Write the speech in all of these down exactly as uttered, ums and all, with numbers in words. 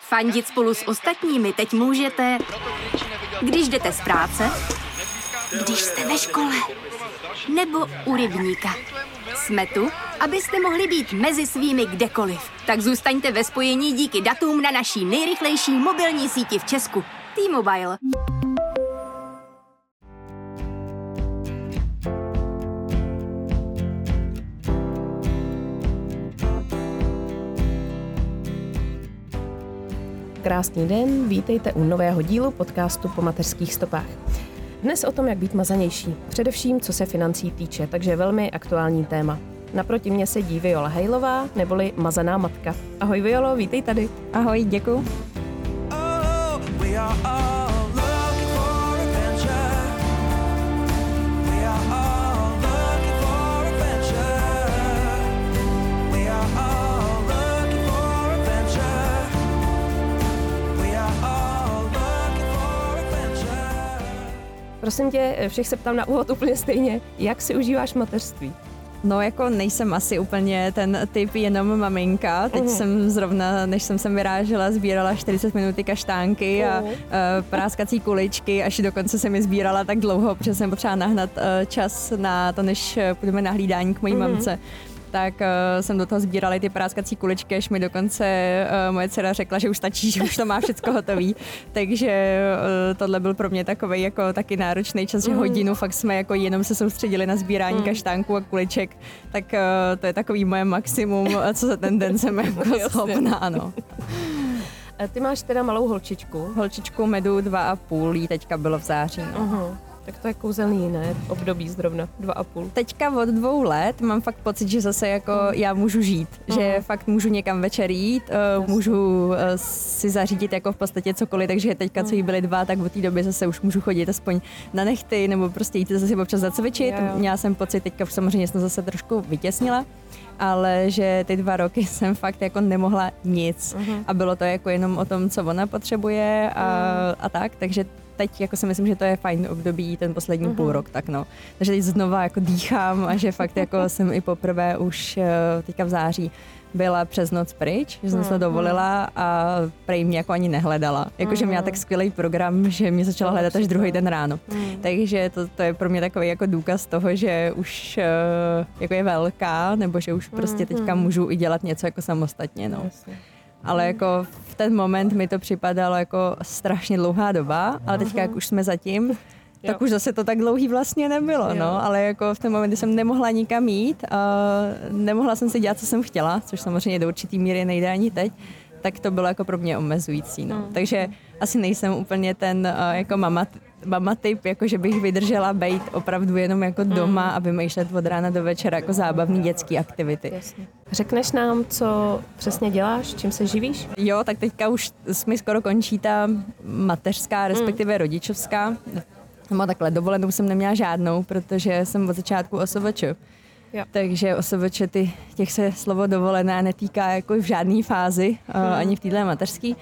Fandit spolu s ostatními teď můžete, když jdete z práce, když jste ve škole, nebo u rybníka. Jsme tu, abyste mohli být mezi svými kdekoliv. Tak zůstaňte ve spojení díky datům na naší nejrychlejší mobilní síti v Česku. T-Mobile. Krásný den, vítejte u nového dílu podcastu Po mateřských stopách. Dnes o tom, jak být mazanější, především co se financí týče, takže velmi aktuální téma. Naproti mně sedí Viola Hejlová, neboli mazaná matka. Ahoj Violo, vítej tady. Ahoj, děkuju. Prosím tě, všech se ptám na úvod úplně stejně. Jak si užíváš mateřství? No jako nejsem asi úplně ten typ jenom maminka. Teď uh-huh. jsem zrovna, než jsem sem vyrážela, sbírala čtyřicet minuty kaštánky uh-huh. a uh, práskací kuličky, až dokonce jsem je sbírala tak dlouho, protože jsem potřeba nahnat uh, čas na to, než půjdeme na hlídání k mojí uh-huh. mamce. Tak uh, jsem do toho sbírala ty práskací kuličky, až mi dokonce uh, moje dcera řekla, že už stačí, že už to má všecko hotový. Takže uh, tohle byl pro mě takovej jako taky náročný čas, že mm. hodinu fakt jsme jako jenom se soustředili na sbírání mm. kaštánků a kuliček. Tak uh, to je takový moje maximum, co za ten den jsem jako schopná, ano. Ty máš teda malou holčičku. Holčičku Medu dva a půl, jí teďka bylo v září. No. Uh-huh. Tak to je kouzelný, ne? Období zrovna, dva a půl. Teďka od dvou let mám fakt pocit, že zase jako mm. já můžu žít, mm. že fakt můžu někam večer jít, uh, můžu uh, si zařídit jako v podstatě cokoliv, takže teďka, co jí byly dva, tak od té doby zase už můžu chodit aspoň na nechty, nebo prostě jít zase občas zacvičit. Jo, jo. Měla jsem pocit, teďka už samozřejmě jsem zase trošku vytěsnila, ale že ty dva roky jsem fakt jako nemohla nic mm. a bylo to jako jenom o tom, co ona potřebuje a, mm. a tak, takže teď jako si myslím, že to je fajn období ten poslední uh-huh. půl rok, tak no. Takže teď znova jako dýchám a že fakt jako jsem i poprvé už teďka v září byla přes noc pryč, že jsem uh-huh. se to dovolila a prej mě jako ani nehledala. Jakože uh-huh. měla tak skvělý program, že mě začala hledat až druhý den ráno. Uh-huh. Takže to, to je pro mě takový jako důkaz toho, že už uh, jako je velká, nebo že už prostě teďka můžu i dělat něco jako samostatně, no. Jasně. Ale jako v ten moment mi to připadalo jako strašně dlouhá doba, ale teďka, jak už jsme zatím, tak jo. už zase to tak dlouhý vlastně nebylo, jo. no, ale jako v ten moment, kdy jsem nemohla nikam jít, uh, nemohla jsem si dělat, co jsem chtěla, což samozřejmě do určitý míry nejde ani teď, tak to bylo jako pro mě omezující, no. Mm. Takže asi nejsem úplně ten uh, jako mama, mama typ, jako že bych vydržela bejt opravdu jenom jako doma mm. a vymýšlet od rána do večera jako zábavný dětský aktivity. Jasně. Řekneš nám, co přesně děláš, čím se živíš? Jo, tak teďka už mi skoro končí ta mateřská, respektive rodičovská. No takhle, dovolenou jsem neměla žádnou, protože jsem od začátku O S V Č. Jo. Takže O S V Č ty, těch se slovo dovolená netýká jako v žádné fázi, hmm. uh, ani v téhle mateřský,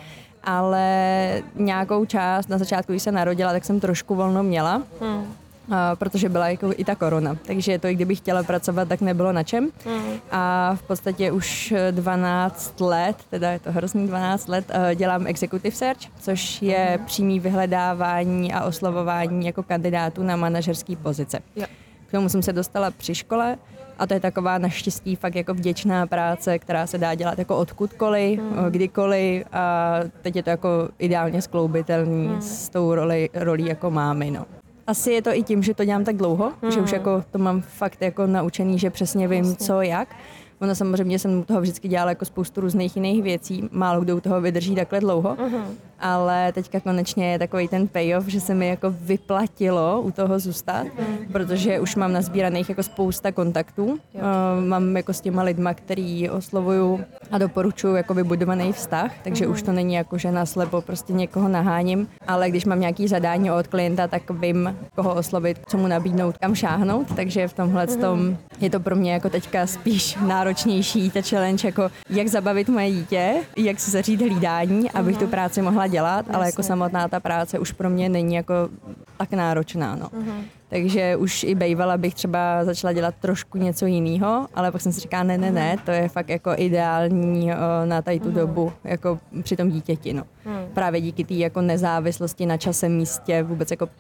ale nějakou část na začátku, když se narodila, tak jsem trošku volno měla. Hmm. Uh, protože byla jako i ta korona, takže to, i kdybych chtěla pracovat, tak nebylo na čem. Mm. A v podstatě už dvanáct let, teda je to hrozný dvanáct let, uh, dělám executive search, což je mm. přímý vyhledávání a oslovování jako kandidátů na manažerské pozice. Jo. K tomu jsem se dostala při škole a to je taková naštěstí fakt jako vděčná práce, která se dá dělat jako odkudkoliv, mm. kdykoliv a teď je to jako ideálně skloubitelný mm. s tou roli, rolí jako mámy, no. Asi je to i tím, že to dělám tak dlouho, hmm. že už jako to mám fakt jako naučený, že přesně vím, vlastně. co, jak. Ono samozřejmě jsem u toho vždycky dělala jako spoustu různých jiných věcí, málo kdo u toho vydrží takhle dlouho, uh-huh. ale teďka konečně je takový ten payoff, že se mi jako vyplatilo u toho zůstat, uh-huh. protože už mám nazbíraných jako spousta kontaktů, uh, mám jako s těma lidma, který oslovuju a doporučuju jako vybudovaný vztah, takže uh-huh. už to není jako, že naslepo prostě někoho naháním, ale když mám nějaký zadání od klienta, tak vím, koho oslovit, co mu nabídnout, kam šáhnout, takže v tomhle uh-huh. tom je to pro mě jako teďka spíš náročné náročnější ta challenge, jako jak zabavit moje dítě, jak si zařídit hlídání, abych uh-huh. tu práci mohla dělat, Jasně. ale jako samotná ta práce už pro mě není jako tak náročná, no. Uh-huh. Takže už i bejvala bych třeba začala dělat trošku něco jiného, ale pak jsem si říkala, ne, ne, ne, to je fakt jako ideální na tady tu dobu, jako při tom dítěti, no. Právě díky té jako nezávislosti na čase, místě, vůbec jako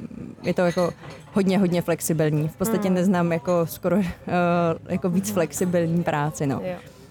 je to jako hodně, hodně flexibilní. V podstatě neznám jako skoro uh, jako víc flexibilní práci, no.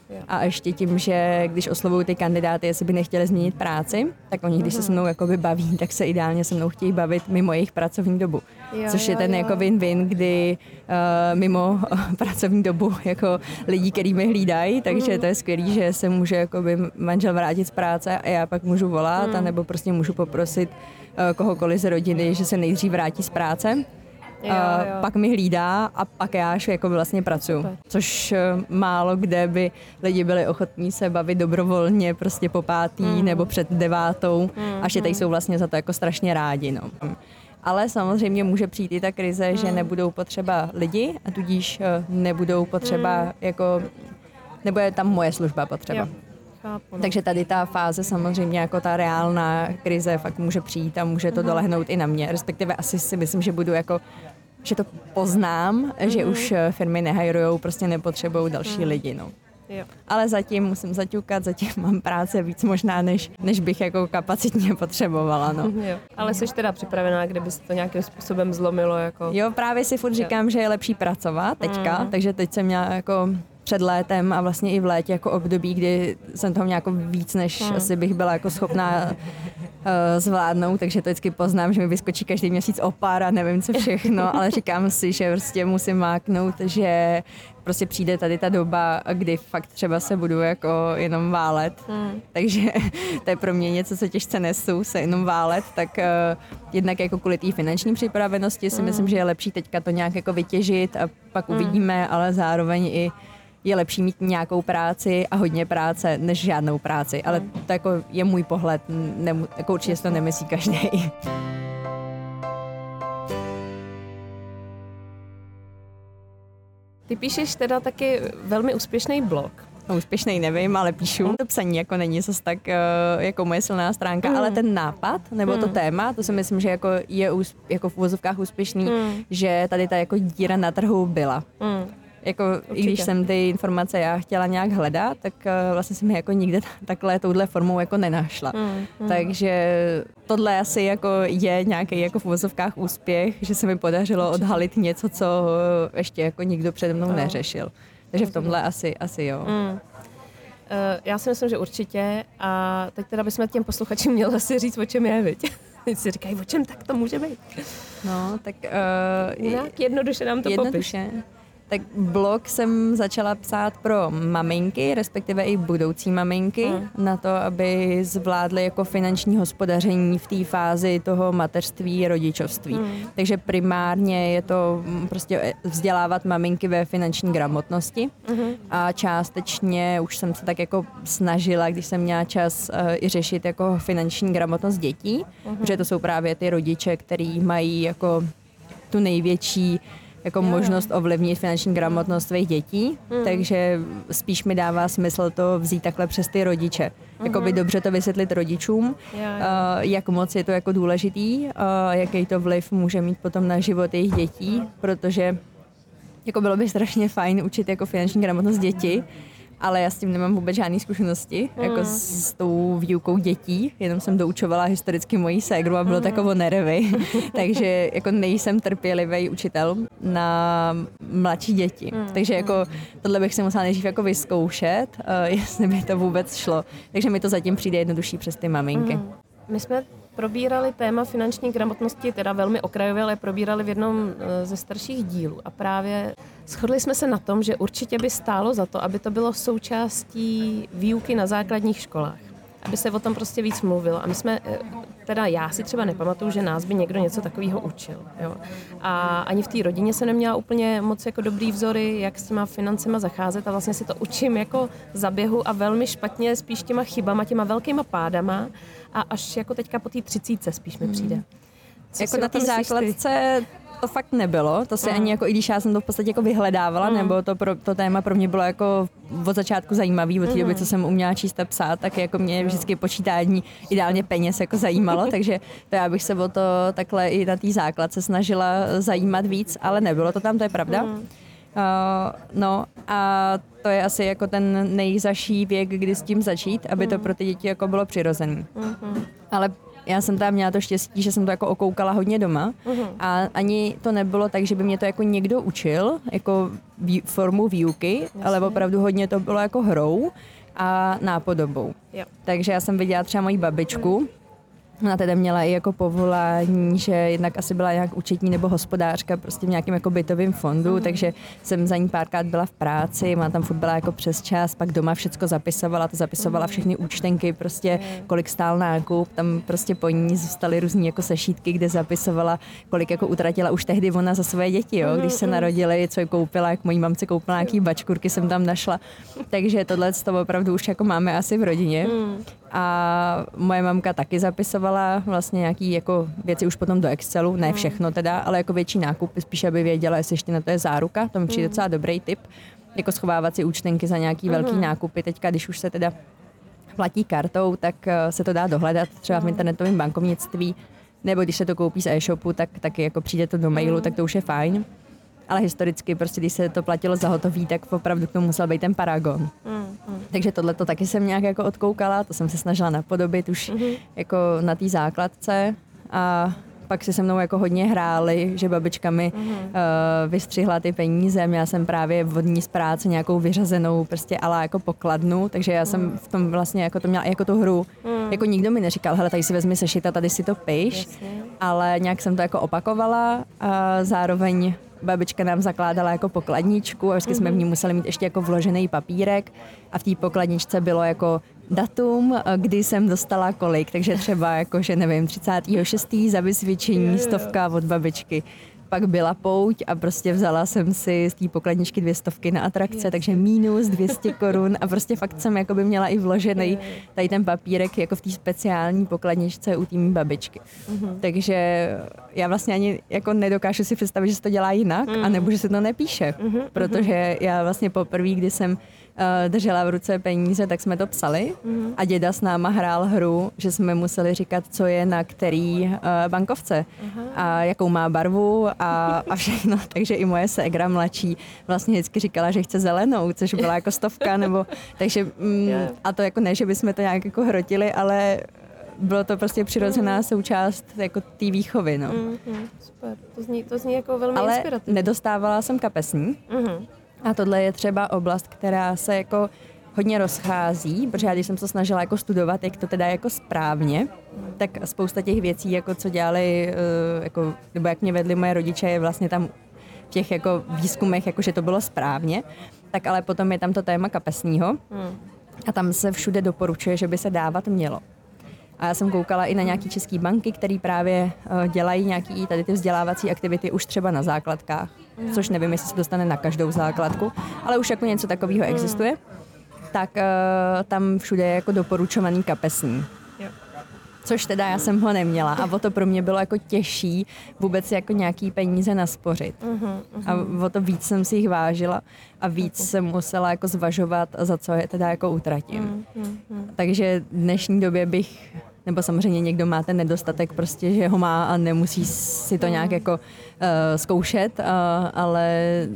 A ještě tím, že když oslovují ty kandidáty, jestli by nechtěli změnit práci, tak oni, když se se mnou jakoby baví, tak se ideálně se mnou chtějí bavit mimo jejich pracovní dobu. Jo, což je ten jo. jako win-win, kdy uh, mimo pracovní dobu jako lidí, který mi hlídají, takže mm. to je skvělý, že se může jakoby manžel vrátit z práce a já pak můžu volat, mm. anebo prostě můžu poprosit uh, kohokoliv z rodiny, že se nejdřív vrátí z práce. Jo, jo. Pak mi hlídá a pak já až jako vlastně pracuju. Což málo kde by lidi byli ochotní se bavit dobrovolně prostě po pátý mm. nebo před devátou, mm. až je tady jsou vlastně za to jako strašně rádi. No. Ale samozřejmě může přijít i ta krize, mm. že nebudou potřeba lidi a tudíž nebudou potřeba mm. jako, nebo je tam moje služba potřeba. Jo. Chápu, no. Takže tady ta fáze samozřejmě jako ta reálná krize fakt může přijít a může to mm. dolehnout i na mě. Respektive asi si myslím, že budu jako, že to poznám, mm. že už firmy nehajrujou, prostě nepotřebují další mm. lidi, no. Jo. Ale zatím musím zaťukat, zatím mám práce víc možná, než, než bych jako kapacitně potřebovala, no. Jo. Ale jsi teda připravená, kdyby se to nějakým způsobem zlomilo, jako... Jo, právě si furt říkám, že je lepší pracovat teďka, mm. takže teď jsem měla jako... před létem a vlastně i v létě jako období, kdy jsem toho nějak víc, než hmm. asi bych byla jako schopná uh, zvládnout, takže to vždycky poznám, že mi vyskočí každý měsíc opár a nevím co všechno, ale říkám si, že prostě musím máknout, že prostě přijde tady ta doba, kdy fakt třeba se budu jako jenom válet, hmm. takže to je pro mě něco, co těžce nesu, se jenom válet, tak uh, jednak jako kvůli té finanční připravenosti si hmm. myslím, že je lepší teďka to nějak jako vytěžit a pak hmm. uvidíme, ale zároveň i je lepší mít nějakou práci a hodně práce, než žádnou práci. Ale to jako je můj pohled, nemu, jako určitě si to nemyslí každý. Ty píšeš teda taky velmi úspěšný blog. No, úspěšnej nevím, ale píšu. To psaní jako není zas tak uh, jako moje silná stránka, mm. ale ten nápad nebo mm. to téma, to si myslím, že jako je úsp- jako v uvozovkách úspěšný, mm. že tady ta jako díra na trhu byla. Mm. Jako, i když jsem ty informace já chtěla nějak hledat, tak uh, vlastně jsem je jako nikde takhle touhle formou jako nenašla. Mm, mm. Takže tohle asi jako je nějaký jako v uvozovkách úspěch, že se mi podařilo určitě odhalit něco, co uh, ještě jako nikdo přede mnou no. neřešil. Takže v tomhle asi, asi jo. Mm. Já si myslím, že určitě. A teď teda bychom těm posluchačům měli asi říct, o čem je, viď? Teď si říkají, o čem tak to může být. No, tak... Uh, Nějak jednoduše nám to jednoduše. Popiš. Tak blog jsem začala psát pro maminky, respektive i budoucí maminky, mm. na to, aby zvládly jako finanční hospodaření v té fázi toho mateřství, rodičovství. Mm. Takže primárně je to prostě vzdělávat maminky ve finanční gramotnosti mm. a částečně už jsem se tak jako snažila, když jsem měla čas uh, i řešit jako finanční gramotnost dětí, mm. protože to jsou právě ty rodiče, který mají jako tu největší jako yeah. možnost ovlivnit finanční gramotnost svých dětí, mm. takže spíš mi dává smysl to vzít takhle přes ty rodiče. Mm-hmm. Jakoby dobře to vysvětlit rodičům, yeah, yeah. Uh, jak moc je to jako důležitý, uh, jaký to vliv může mít potom na život jejich dětí, protože jako bylo by strašně fajn učit jako finanční gramotnost děti, ale já s tím nemám vůbec žádné zkušenosti, mm. jako s, s tou výukou dětí, jenom jsem doučovala historicky mojí ségru a bylo mm. takovo nervy, takže jako nejsem trpělivý učitel na mladší děti, mm. takže jako tohle bych si musela nejdřív jako vyzkoušet, uh, jestli by to vůbec šlo, takže mi to zatím přijde jednodušší přes ty maminky. Mm. My jsme probírali téma finanční gramotnosti, teda velmi okrajově, ale probírali v jednom ze starších dílů. A právě shodli jsme se na tom, že určitě by stálo za to, aby to bylo součástí výuky na základních školách. Aby se o tom prostě víc mluvilo. A my jsme, teda já si třeba nepamatuju, že nás by někdo něco takového učil. Jo. A ani v té rodině jsem neměla úplně moc jako dobrý vzory, jak s těma financema zacházet a vlastně si to učím jako za běhu a velmi špatně, spíš těma chybama, těma velkýma pádama a až jako teďka po té třicítce spíš mi přijde. Co jako na té základce to fakt nebylo, to se mm. ani jako, i když já jsem to v podstatě jako vyhledávala, mm. nebo to, pro, to téma pro mě bylo jako od začátku zajímavý, od té doby, co jsem uměla číst a psát, tak jako mě vždycky počítání ideálně peněz jako zajímalo, takže to já bych se o to takhle i na té základce snažila zajímat víc, ale nebylo to tam, to je pravda. Mm. Uh, no a to je asi jako ten nejzaší věk, kdy s tím začít, aby to pro ty děti jako bylo přirozené. Mm-hmm. Ale já jsem tam měla to štěstí, že jsem to jako okoukala hodně doma mm-hmm. a ani to nebylo tak, že by mě to jako někdo učil, jako vý, formu výuky, Jasně. ale opravdu hodně to bylo jako hrou a nápodobou. Jo. Takže já jsem viděla třeba moji babičku, mm. Ona teda měla i jako povolání, že jednak asi byla nějak účetní nebo hospodářka prostě v nějakém jako bytovém fondu, mm. takže jsem za ní párkrát byla v práci, má tam furt byla jako přes čas, pak doma všecko zapisovala, to zapisovala všechny účtenky, prostě kolik stál nákup, tam prostě po ní zůstaly různý jako sešítky, kde zapisovala, kolik jako utratila už tehdy ona za svoje děti, jo, když se narodily, co je koupila, jak mojí mamce koupila nějaký bačkurky, jsem tam našla, takže tohle to opravdu už jako máme asi v rodině. A moje mamka taky zapisovala vlastně nějaký jako věci už potom do Excelu, ne všechno teda, ale jako větší nákupy, spíš aby věděla, jestli ještě na to je záruka, to mi přijde docela dobrý tip, jako schovávat si účtenky za nějaký velký nákupy. Teďka, když už se teda platí kartou, tak se to dá dohledat třeba v internetovém bankovnictví, nebo když se to koupí z e-shopu, tak taky jako přijde to do mailu, tak to už je fajn. Ale historicky, prostě když se to platilo za hotový, tak opravdu k tomu musel být ten paragon. Mm, mm. Takže tohle to taky jsem nějak jako odkoukala, to jsem se snažila napodobit už mm-hmm. jako na té základce a pak si se mnou jako hodně hráli, že babička mi mm-hmm. uh, vystřihla ty peníze, já jsem právě od ní z práce nějakou vyřazenou prostě ala jako pokladnu, takže já mm. jsem v tom vlastně jako to měla jako tu hru, mm. jako nikdo mi neříkal, hele, tady si vezmi sešit a tady si to piš, Jasně. ale nějak jsem to jako opakovala a zároveň babička nám zakládala jako pokladničku a vždycky mm-hmm. jsme v ní museli mít ještě jako vložený papírek a v té pokladničce bylo jako datum, kdy jsem dostala kolik, takže třeba jako, že nevím, třicátého šestého za vysvědčení, stovka od babičky. Pak byla pouť a prostě vzala jsem si z té pokladničky dvě stovky na atrakce, takže minus dvě stě korun a prostě fakt jsem jako by měla i vložený tady ten papírek jako v té speciální pokladničce u té mý babičky. Mm-hmm. Takže já vlastně ani jako nedokážu si představit, že se to dělá jinak mm-hmm. a nebo že se to nepíše, mm-hmm. protože já vlastně poprvé, kdy jsem uh, držela v ruce peníze, tak jsme to psali mm-hmm. a děda s náma hrál hru, že jsme museli říkat, co je na který uh, bankovce mm-hmm. a jakou má barvu a, a všechno. Takže i moje ségra mladší vlastně vždycky říkala, že chce zelenou, což byla jako stovka, nebo takže mm, a to jako ne, že bychom to nějak jako hrotili, ale bylo to prostě přirozená mm. součást jako té výchovy, no. Mm, mm, super, to zní, to zní jako velmi ale inspirativní. Nedostávala jsem kapesní mm. a tohle je třeba oblast, která se jako hodně rozchází, protože já když jsem se snažila jako studovat, jak to teda jako správně, tak spousta těch věcí, jako co dělali, jako, nebo jak mě vedli moje rodiče, je vlastně tam v těch jako výzkumech, jako že to bylo správně, tak ale potom je tam to téma kapesního hmm. a tam se všude doporučuje, že by se dávat mělo. A já jsem koukala i na nějaký české banky, které právě dělají nějaký tady ty vzdělávací aktivity už třeba na základkách, hmm. což nevím, jestli se dostane na každou základku, ale už jako něco takového hmm. existuje. Tak uh, tam všude je jako doporučovaný kapesní. Jo. Což teda já jsem ho neměla a o to pro mě bylo jako těžší vůbec jako nějaký peníze naspořit. Uh-huh, uh-huh. A o to víc jsem si jich vážila a víc uh-huh. jsem musela jako zvažovat, za co je teda jako utratím. Uh-huh. Takže v dnešní době bych, nebo samozřejmě někdo má ten nedostatek prostě, že ho má a nemusí si to nějak jako uh, zkoušet, uh, ale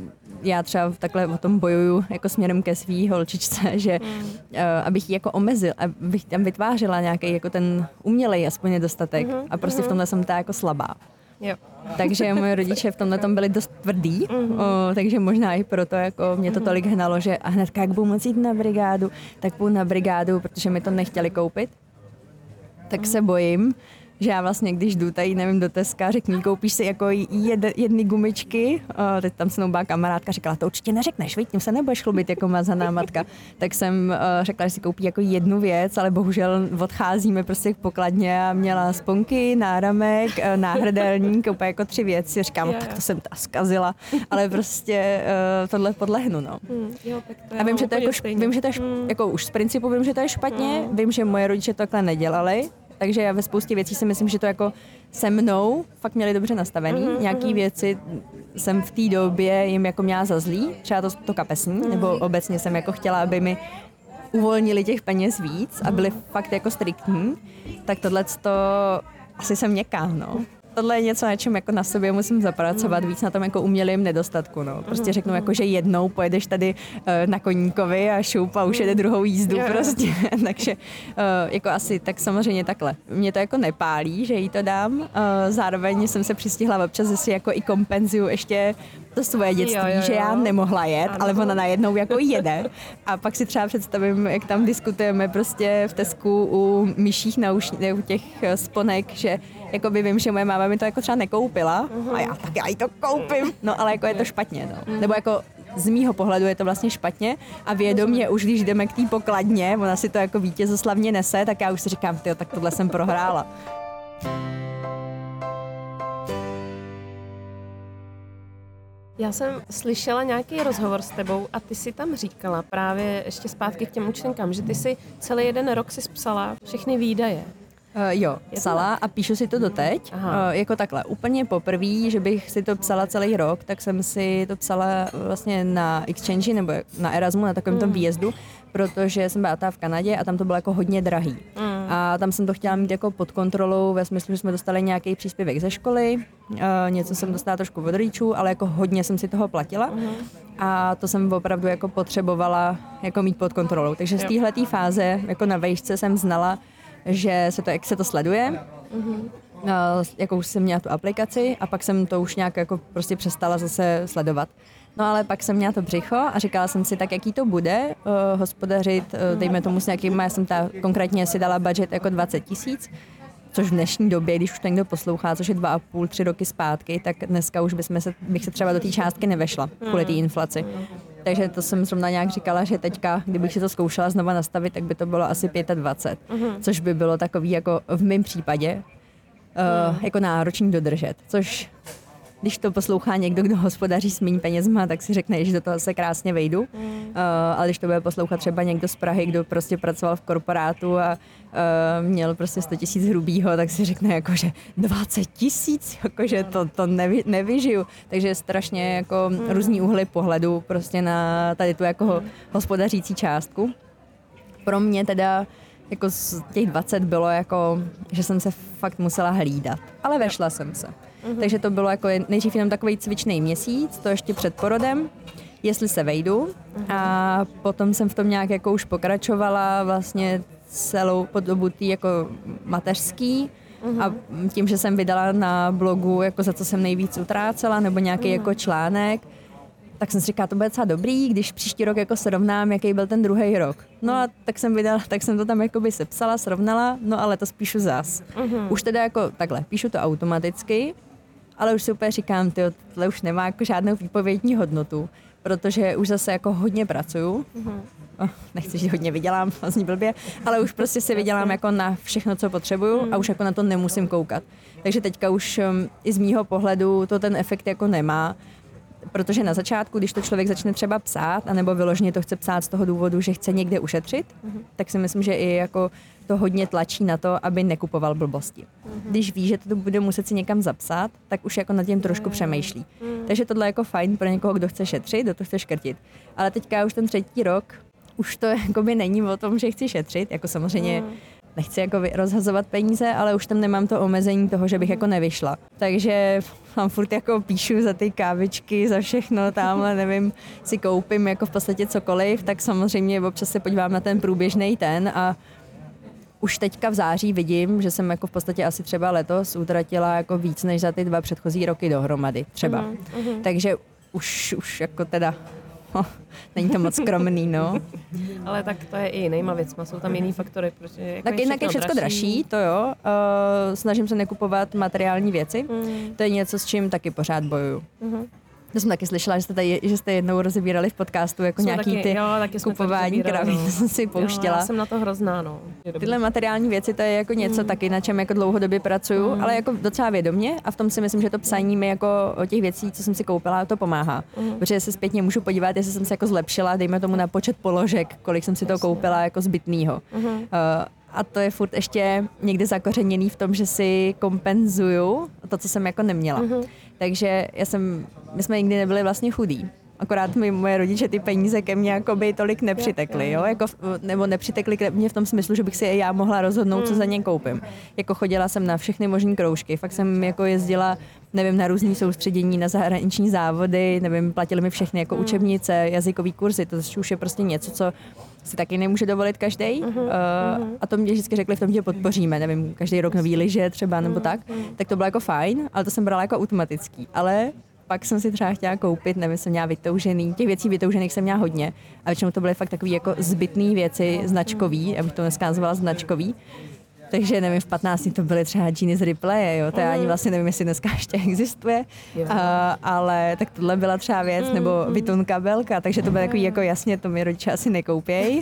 já třeba takhle o tom bojuju jako směrem ke svý holčičce, že mm. uh, abych ji jako omezil, abych tam vytvářela nějaký jako ten umělej aspoň nedostatek mm-hmm. a prostě mm-hmm. v tomhle jsem ta jako slabá. Jo. Takže moje rodiče v tomhle tom byli dost tvrdý, mm-hmm. o, takže možná i proto jako mě to tolik hnalo, že a hnedka jak budu moct jít na brigádu, tak půjdu na brigádu, protože mi to nechtěli koupit. Tak mm. se bojím, že já vlastně, když jdu tady, nevím, do Teska, řekni, koupíš si jako jed, jedny gumičky, uh, teď tam se mnou byla kamarádka, říkala, to určitě neřekneš, víš, tím se nebudeš chlubit jako mazaná matka. Tak jsem uh, řekla, že si koupí jako jednu věc, ale bohužel odcházíme prostě k pokladně a měla sponky, náramek, uh, náhrdelník, úplně jako tři věci. Říkám, tak to jsem ta zkazila, ale prostě uh, tohle podlehnu, no. Hmm, jo, tak to a vím, že to, jako, vím, že to je, hmm. jako už z principu vím, že to je špatně, hmm. vím, že moje rodiče to takhle nedělali, takže já ve spoustě věcí si myslím, že to jako se mnou fakt měli dobře nastavený. Mm-hmm. Nějaký věci jsem v té době jim jako měla za zlý, třeba to, to kapesní, mm-hmm. nebo obecně jsem jako chtěla, aby mi uvolnili těch peněz víc a byli fakt jako striktní, tak tohleto asi jsem měkká, no. Tohle je něco, na čem jako na sobě musím zapracovat, víc na tom jako umělým nedostatku, no. Prostě řeknu jako, že jednou pojedeš tady uh, na koníkovi a šup a už jede druhou jízdu prostě. Takže uh, jako asi tak samozřejmě takhle. Mě to jako nepálí, že jí to dám. Uh, zároveň jsem se přistihla občas, že si jako i kompenzuju ještě to svoje dětství, jo, jo, jo. že já nemohla jet, ano. ale ona najednou jako jede. A pak si třeba představím, jak tam diskutujeme prostě v Tesku u myších naušních, u těch sponek, že jako by vím, že moje máma mi to jako třeba nekoupila uh-huh. a já tak já jí to koupím. No ale jako je to špatně, no. Uh-huh. Nebo jako z mýho pohledu je to vlastně špatně a vědomě už, když jdeme k té pokladně, ona si to jako vítězoslavně nese, tak já už si říkám, tyjo, tak tohle jsem prohrála. Já jsem slyšela nějaký rozhovor s tebou a ty si tam říkala právě ještě zpátky k těm účtenkám, že ty si celý jeden rok si psala všechny výdaje. Uh, jo, psala a píšu si to doteď. Uh, jako takhle, úplně poprvé, že bych si to psala celý rok, tak jsem si to psala vlastně na exchange nebo na Erasmu, na takovém mm. tom výjezdu, protože jsem byla v Kanadě a tam to bylo jako hodně drahý. Mm. A tam jsem to chtěla mít jako pod kontrolou, ve smyslu, že jsme dostali nějaký příspěvek ze školy, uh, něco jsem dostala trošku od rodičů, ale jako hodně jsem si toho platila. Mm. A to jsem opravdu jako potřebovala jako mít pod kontrolou. Takže z téhletý fáze jako na vejšce jsem znala, že se to, jak se to sleduje, mm-hmm. uh, jako už jsem měla tu aplikaci a pak jsem to už nějak jako prostě přestala zase sledovat. No ale pak jsem měla to břicho a říkala jsem si tak, jaký to bude uh, hospodařit, uh, dejme tomu s nějakým, já jsem ta konkrétně si dala budget jako dvacet tisíc, což v dnešní době, když už to někdo poslouchá, což je dva a půl, tři roky zpátky, tak dneska už bychom se, bych se třeba do té částky nevešla kvůli té inflaci. Takže to jsem zrovna nějak říkala, že teďka, kdybych si to zkoušela znova nastavit, tak by to bylo asi dvacet pět, uh-huh. což by bylo takový jako v mém případě uh, uh. jako náročný dodržet, což když to poslouchá někdo, kdo hospodaří s méně penězma, tak si řekne, že do toho se krásně vejdu. Mm. Uh, ale když to bude poslouchat třeba někdo z Prahy, kdo prostě pracoval v korporátu a uh, měl prostě sto tisíc hrubýho, tak si řekne jako, že dvacet tisíc, jakože to, to nevy, nevyžiju. Takže je strašně jako mm. různý úhly pohledu prostě na tady tu jako mm. hospodařící částku. Pro mě teda jako z těch dvacet bylo jako, že jsem se fakt musela hlídat, ale vešla jsem se. Mm-hmm. Takže to bylo jako nejdřív jenom takový cvičný měsíc, to ještě před porodem, jestli se vejdu. Mm-hmm. A potom jsem v tom nějak jako už pokračovala vlastně celou po dobu tý jako mateřský. Mm-hmm. A tím, že jsem vydala na blogu, jako za co jsem nejvíc utrácela, nebo nějaký mm-hmm. jako článek, tak jsem si říkala, to bude docela dobrý, když příští rok jako srovnám, jaký byl ten druhý rok. No a tak jsem vydala, tak jsem to tam jakoby sepsala, srovnala, no ale to píšu zas. Mm-hmm. Už teda jako takhle, píšu to automaticky, ale už si úplně říkám, tyjo, tohle už nemá jako žádnou výpovědní hodnotu, protože už zase jako hodně pracuju. Mm-hmm. Oh, nechci, že hodně vydělám, zní blbě, ale už prostě si vydělám jako na všechno, co potřebuju a už jako na to nemusím koukat. Takže teďka už um, i z mýho pohledu to ten efekt jako nemá, protože na začátku, když to člověk začne třeba psát, anebo vyloženě to chce psát z toho důvodu, že chce někde ušetřit, mm-hmm. tak si myslím, že i jako to hodně tlačí na to, aby nekupoval blbosti. Mm-hmm. Když ví, že to bude muset si někam zapsat, tak už jako nad tím trošku mm-hmm. přemýšlí. Mm-hmm. Takže tohle je jako fajn pro někoho, kdo chce šetřit, kdo to chce škrtit. Ale teďka už ten třetí rok, už to jakoby není o tom, že chci šetřit, jako samozřejmě mm. nechci jako rozhazovat peníze, ale už tam nemám to omezení toho, že bych jako nevyšla. Takže mám furt jako píšu za ty kávičky, za všechno tamhle, nevím, si koupím jako v podstatě cokoliv, tak samozřejmě občas se podívám na ten průběžný ten a už teďka v září vidím, že jsem jako v podstatě asi třeba letos utratila jako víc než za ty dva předchozí roky dohromady třeba. Mm-hmm. Takže už, už jako teda no, není to moc skromný, no. Ale tak to je i jinýma věcma, jsou tam jiný faktory. Protože jako tak jinak je všechno dražší, dražší to jo. Uh, snažím se nekupovat materiální věci. Mm. To je něco, s čím taky pořád bojuju. Mm-hmm. To jsem taky slyšela, že jste, tady, že jste jednou rozebírali v podcastu jako jsou nějaký taky, ty jo, taky kupování kraví, to jsem si pouštěla. Jo, já jsem na to hrozná, no. Tyhle materiální věci, to je jako něco mm. taky, na čem jako dlouhodobě pracuju, mm. ale jako docela vědomě a v tom si myslím, že to psaní mi jako o těch věcí, co jsem si koupila, to pomáhá. Mm. Protože se zpětně můžu podívat, jestli jsem se jako zlepšila, dejme tomu na počet položek, kolik jsem si to koupila jako zbytnýho. Mm. Uh, a to je furt ještě někdy zakořeněný v tom, že si kompenzuju to, co jsem jako neměla. Mm-hmm. Takže já jsem, my jsme nikdy nebyli vlastně chudí. Akorát mi moje rodiče ty peníze ke mně jakoby tolik nepřitekly, jo? Jako, nebo nepřitekly ke mně v tom smyslu, že bych si je já mohla rozhodnout, mm. co za ně koupím. Jako chodila jsem na všechny možné kroužky, fakt jsem jako jezdila, nevím, na různý soustředění, na zahraniční závody, nevím, platili mi všechny jako mm. učebnice, jazykový kurzy, to už je prostě něco, co si taky nemůže dovolit každý. Mm-hmm. Uh, a to mě vždycky řekli, v tom tě podpoříme, nevím, každý rok nový lyže třeba nebo tak, tak to bylo jako fajn, ale to jsem brala jako automatický, ale pak jsem si třeba chtěla koupit, nevím, jsem měla vytoužený, těch věcí vytoužených jsem měla hodně a většinou to byly fakt takové jako zbytné věci, značkový, abych to dneska nazvala značkový. Takže nevím, v patnácti to byly třeba džíny z Ripley, jo, to já ani vlastně nevím, jestli dneska ještě existuje, uh, ale tak tohle byla třeba věc, nebo Vuitton kabelka, takže to bylo takový jako jasně, to mi rodiče asi nekoupěj, uh,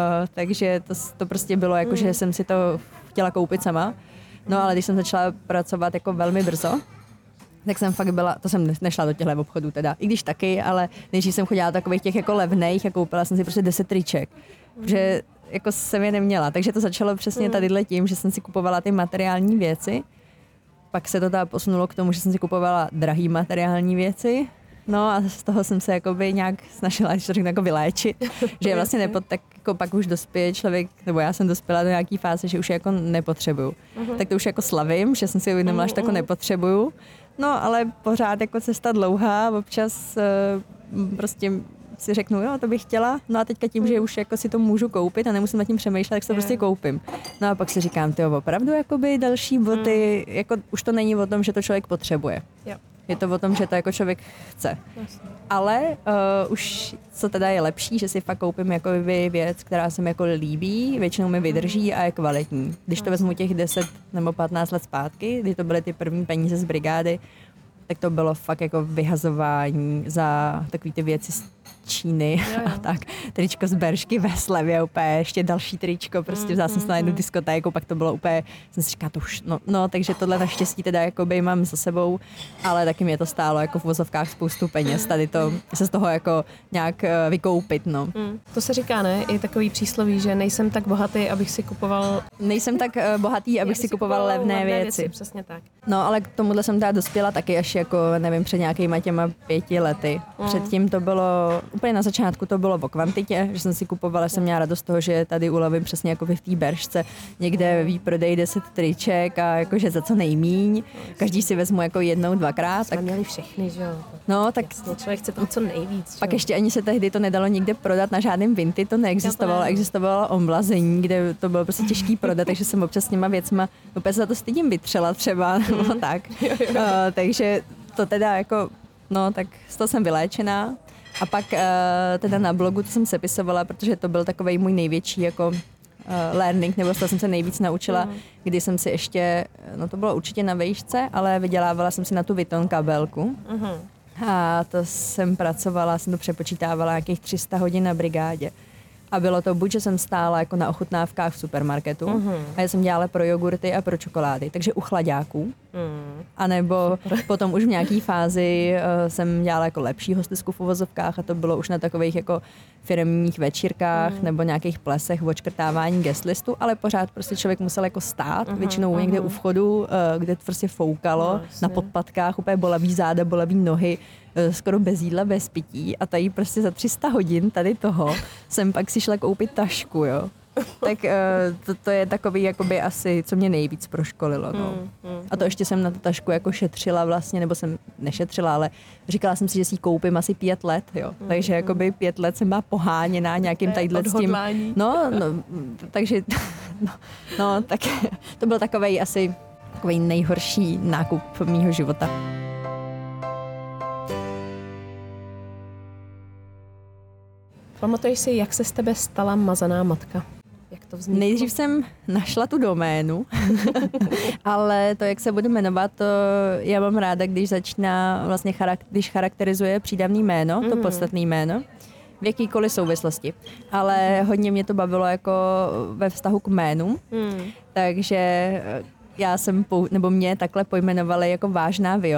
takže to, to prostě bylo jako, že jsem si to chtěla koupit sama, no ale když jsem začala pracovat jako velmi brzo, tak jsem fakt byla, to jsem nešla do těchto obchodů teda, i když taky, ale nejdřív jsem chodila takových těch jako levných a koupila jsem si prostě deset triček, protože jako jsem je neměla, takže to začalo přesně tadyhle tím, že jsem si kupovala ty materiální věci, pak se to teda posunulo k tomu, že jsem si kupovala drahý materiální věci, no a z toho jsem se jakoby nějak snažila, když to řeknu, jako vyléčit, že vlastně nepod, tak jako pak už dospěje člověk, nebo já jsem dospěla do nějaký fáze, že už je jako nepotřebuju. Uh-huh. Tak to už jako slavím, že jsem si uvědomila, že to jako nepotřebuju. No, ale pořád jako cesta dlouhá, občas uh, prostě si řeknu, jo, to bych chtěla, no a teďka tím, že už jako si to můžu koupit a nemusím nad tím přemýšlet, tak si to prostě koupím. No a pak si říkám, tyjo, opravdu jakoby další boty, mm. jako už to není o tom, že to člověk potřebuje. Jo. Je to o tom, že to jako člověk chce. Jasně. Ale uh, už co teda je lepší, že si fakt koupím jakoby věc, která se mi jako líbí, většinou mi vydrží a je kvalitní. Když to vezmu těch deset nebo patnáct let zpátky, kdy to byly ty první peníze z brigády, tak to bylo fakt jako vyhazování za takový ty věci z Číny jo, jo. a tak. Tričko z Beršky ve slevě, úplně ještě další tričko, prostě vzala jsem se na jednu diskotéku, pak to bylo úplně, jsem si říkala, to už, no, no, takže tohle naštěstí teda jakoby mám za sebou, ale taky mě to stálo jako v vozovkách spoustu peněz, tady to, se z toho jako nějak uh, vykoupit, no. Mm. To se říká, ne? I takový přísloví, že nejsem tak bohatý, abych si kupoval... Nejsem tak uh, bohatý, abych si kupoval levné, levné věci. věci. Přesně tak. No, ale k tomuhle jsem teda dospěla taky až jako, nevím, před nějakýma těma pěti lety. Mm. Předtím to bylo, úplně na začátku to bylo o kvantitě, že jsem si kupovala, jsem měla radost z toho, že tady ulovím přesně jako v té Beršce někde výprodej deset triček a jakože za co nejmíň. Každý si vezmu jako jednou, dvakrát. Jsme tak... měli všechny, že jo? No, tak... Jasně, člověk chce tam co nejvíc. Pak ještě ani se tehdy to nedalo nikde prodat na žádném Vinty, to neexistovalo. Existovalo omlazení, kde to bylo prostě těžký prodat, takže jsem občas s těma věcma, opět za to stydím vytřela třeba, nebo tak. Jo, jo. Uh, takže to teda jako, no tak z toho jsem vyléčená. A pak uh, teda na blogu to jsem sepisovala, protože to byl takovej můj největší jako uh, learning, nebo z toho jsem se nejvíc naučila, mm. kdy jsem si ještě, no to bylo určitě na vejšce, ale vydělávala jsem si na tu Vuitton kabelku. Mm. A to jsem pracovala, jsem to přepočítávala nějakých tři sta hodin na brigádě. A bylo to buď, že jsem stála jako na ochutnávkách v supermarketu mm-hmm. a já jsem dělala pro jogurty a pro čokolády, takže u chlaďáků. Mm. A nebo potom už v nějaký fázi uh, jsem dělala jako lepší hostesku v uvozovkách a to bylo už na takových jako firemních večírkách mm. nebo nějakých plesech, odškrtávání guest listu, ale pořád prostě člověk musel jako stát, mm-hmm, většinou mm-hmm. někde u vchodu, uh, kde to prostě foukalo, no, na podpatkách, úplně bolavý záda, bolavý nohy, uh, skoro bez jídla, bez pití a tady prostě za tři sta hodin tady toho jsem pak si šla koupit tašku, jo. Tak uh, to, to je takový jakoby asi, co mě nejvíc proškolilo, no. Mm, mm, a to ještě jsem na tu tašku jako šetřila vlastně, nebo jsem nešetřila, ale říkala jsem si, že si ji koupím asi pět let, jo. Mm, takže mm. jakoby pět let jsem byla poháněná nějakým tadyhle s tím. No, no, takže, no, no, tak to byl takovej asi takovej nejhorší nákup mýho života. Pamatuješ si, jak se z tebe stala mazaná matka? Jak to vzniklo? Nejdřív jsem našla tu doménu, ale to, jak se budu jmenovat, to já mám ráda, když začíná, vlastně charak- když charakterizuje přídavný jméno, mm. to podstatné jméno, v jakýkoliv souvislosti. Ale hodně mě to bavilo jako ve vztahu k jménům, mm. takže já jsem, pou- nebo mě takhle pojmenovali jako Vážná Viola.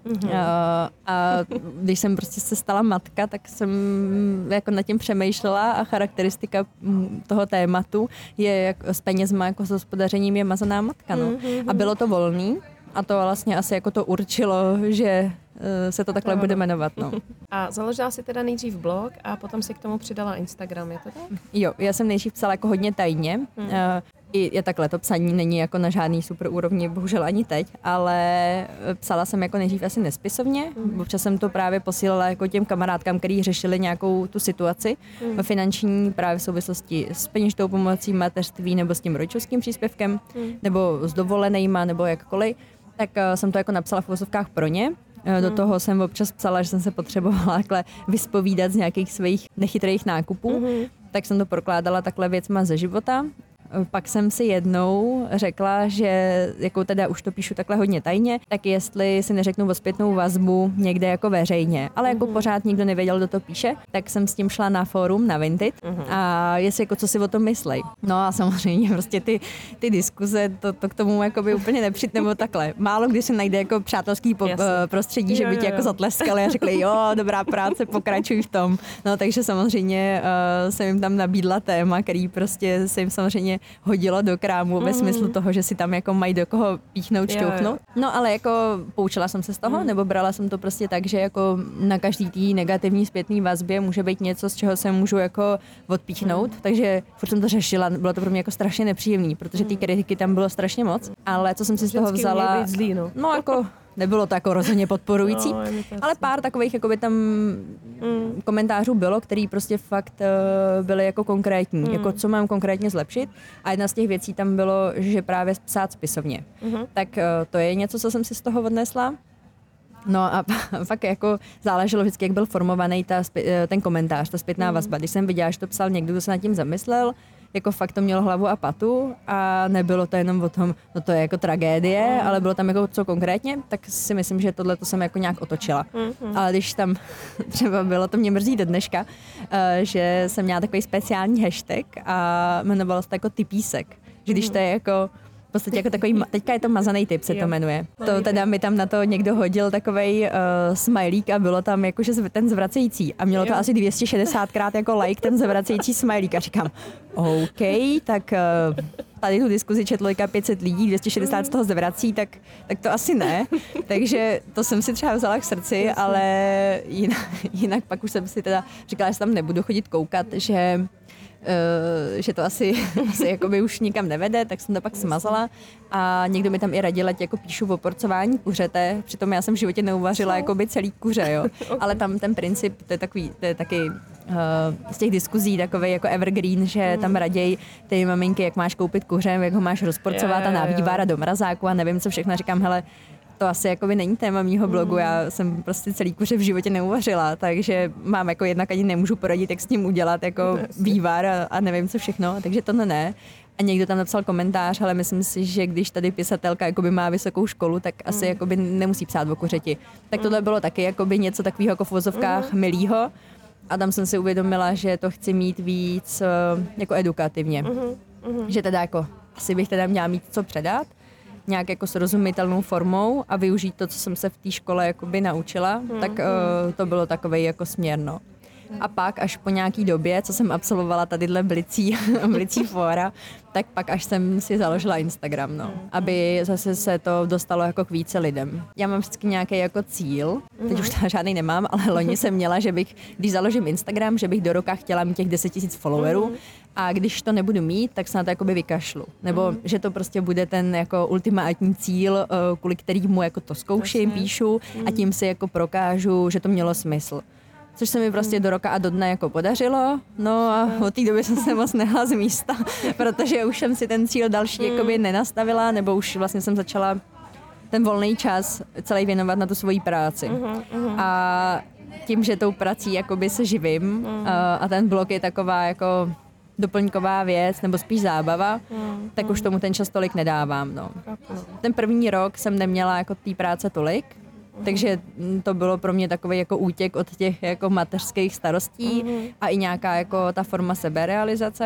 Mm-hmm. A, a když jsem prostě se stala matka, tak jsem jako nad tím přemýšlela a charakteristika toho tématu je jak, s penězma jako s hospodařením je mazaná matka. No. Mm-hmm. A bylo to volný a to vlastně asi jako to určilo, že se to takhle no, bude jmenovat. No. A založila si teda nejdřív blog a potom si k tomu přidala Instagram, je to tak? Jo, já jsem nejdřív psala jako hodně tajně. Hmm. I je takhle, to psaní není jako na žádný super úrovni, bohužel ani teď, ale psala jsem jako nejdřív asi nespisovně. Hmm. Občas jsem to právě posílala jako těm kamarádkám, který řešili nějakou tu situaci hmm. finanční právě v souvislosti s peněžitou pomocí mateřství nebo s tím rodičovským příspěvkem hmm. nebo s dovolenejma nebo jakkoliv. Tak jsem to jako napsala v uvozovkách pro ně. Do toho jsem občas psala, že jsem se potřebovala takhle vyspovídat z nějakých svých nechytrých nákupů, mm-hmm. tak jsem to prokládala takhle věcma ze života. Pak jsem si jednou řekla, že jako teda už to píšu takhle hodně tajně, tak jestli si neřeknu o zpětnou vazbu někde jako veřejně, ale jako mm-hmm. pořád nikdo nevěděl, kdo to píše, tak jsem s tím šla na fórum, na Vinted mm-hmm. a jestli jako co si o tom myslej. No a samozřejmě prostě ty, ty diskuze, to, to k tomu jakoby úplně nepřijde, nebo takhle. Málo kdy se najde jako přátelský po, prostředí, že by ti jako zatleskali a řekli, jo, dobrá práce, pokračuj v tom. No takže samozřejmě uh, jsem jim tam nabídla téma, který prostě se jim samozřejmě hodilo do krámu mm. ve smyslu toho, že si tam jako mají do koho píchnout, šťouchnout. No ale jako poučila jsem se z toho, mm. nebo brala jsem to prostě tak, že jako na každý tý negativní zpětný vazbě může být něco, z čeho se můžu jako odpíchnout, mm. takže furt jsem to řešila, bylo to pro mě jako strašně nepříjemný, protože ty kritiky tam bylo strašně moc, ale co jsem si z toho vzala, zlý, no. no jako nebylo to jako rozhodně podporující, no, ale pár takových jakoby tam mm. komentářů bylo, který prostě fakt uh, byly jako konkrétní, mm. jako co mám konkrétně zlepšit. A jedna z těch věcí tam bylo, že právě psát spisovně. Mm-hmm. Tak uh, to je něco, co jsem si z toho odnesla. No a fakt jako záleželo vždycky, jak byl formovaný ta, ten komentář, ta zpětná mm. vazba. Když jsem viděla, že to psal někdo, kdo se nad tím zamyslel, jako fakt to mělo hlavu a patu a nebylo to jenom o tom, no to je jako tragédie, ale bylo tam jako co konkrétně, tak si myslím, že tohle to jsem jako nějak otočila. Mm-hmm. Ale když tam třeba bylo, to mě mrzí do dneška, že jsem měla takový speciální hashtag a jmenovalo se to jako typísek. Že když to je jako v podstatě jako takový, teďka je to mazaný typ, se to jmenuje. To teda mi tam na to někdo hodil takovej uh, smajlík a bylo tam jakože ten zvracející a mělo to asi dvě stě šedesátkrát jako like ten zvracející smajlík a říkám, OK, tak uh, tady tu diskuzi četlo pět set lidí, dvě stě šedesát z toho zvrací, tak, tak to asi ne. Takže to jsem si třeba vzala k srdci, ale jinak, jinak pak už jsem si teda říkala, že tam nebudu chodit koukat, že Uh, že to asi, asi jakoby už nikam nevede, tak jsem to pak smazala a někdo mi tam i radil, ať jako píšu o porcování kuřete, přitom já jsem v životě neuvařila jakoby celý kuře, jo. Ale tam ten princip, to je takový, to je taky uh, z těch diskuzí takovej jako evergreen, že tam raději ty maminky, jak máš koupit kuře, jak ho máš rozporcovat a na vývar a do mrazáku a nevím co všechno, říkám, hele, to asi jakoby není téma mýho blogu, mm. já jsem prostě celý kuře v životě neuvařila, takže mám jako jednak ani nemůžu poradit, jak s tím udělat jako vývar a, a nevím co všechno, takže to ne. A někdo tam napsal komentář, ale myslím si, že když tady pisatelka jakoby má vysokou školu, tak asi mm. jakoby nemusí psát o kuřeti. Tak tohle bylo taky jakoby něco takového jako v vozovkách mm. milýho a tam jsem si uvědomila, že to chci mít víc jako edukativně. Mm. Mm. Že teda jako asi bych teda měla mít co předat, nějak jako srozumitelnou formou a využít to, co jsem se v té škole jakoby naučila, mm, tak mm. Uh, to bylo takovej jako směr, no. A pak až po nějaký době, co jsem absolvovala tadyhle blicí, blicí fóra, tak pak až jsem si založila Instagram, no, aby zase se to dostalo jako k více lidem. Já mám vždycky nějaký jako cíl, teď už to žádný nemám, ale loni jsem měla, že bych, když založím Instagram, že bych do roka chtěla mít těch deset tisíc followerů a když to nebudu mít, tak se na to jakoby vykašlu. Nebo že to prostě bude ten jako ultimátní cíl, kvůli kterýmu jako to zkouším, píšu a tím si jako prokážu, že to mělo smysl. Což se mi prostě do roka a do dne jako podařilo. No a od té doby jsem se moc nehla z místa, protože už jsem si ten cíl další jakoby nenastavila, nebo už vlastně jsem začala ten volný čas celý věnovat na tu svoji práci. A tím, že tou prací jakoby se živím a ten blog je taková jako doplňková věc, nebo spíš zábava, tak už tomu ten čas tolik nedávám. No. Ten první rok jsem neměla jako té práce tolik, takže to bylo pro mě takový jako útěk od těch jako mateřských starostí mm-hmm. a i nějaká jako ta forma seberealizace.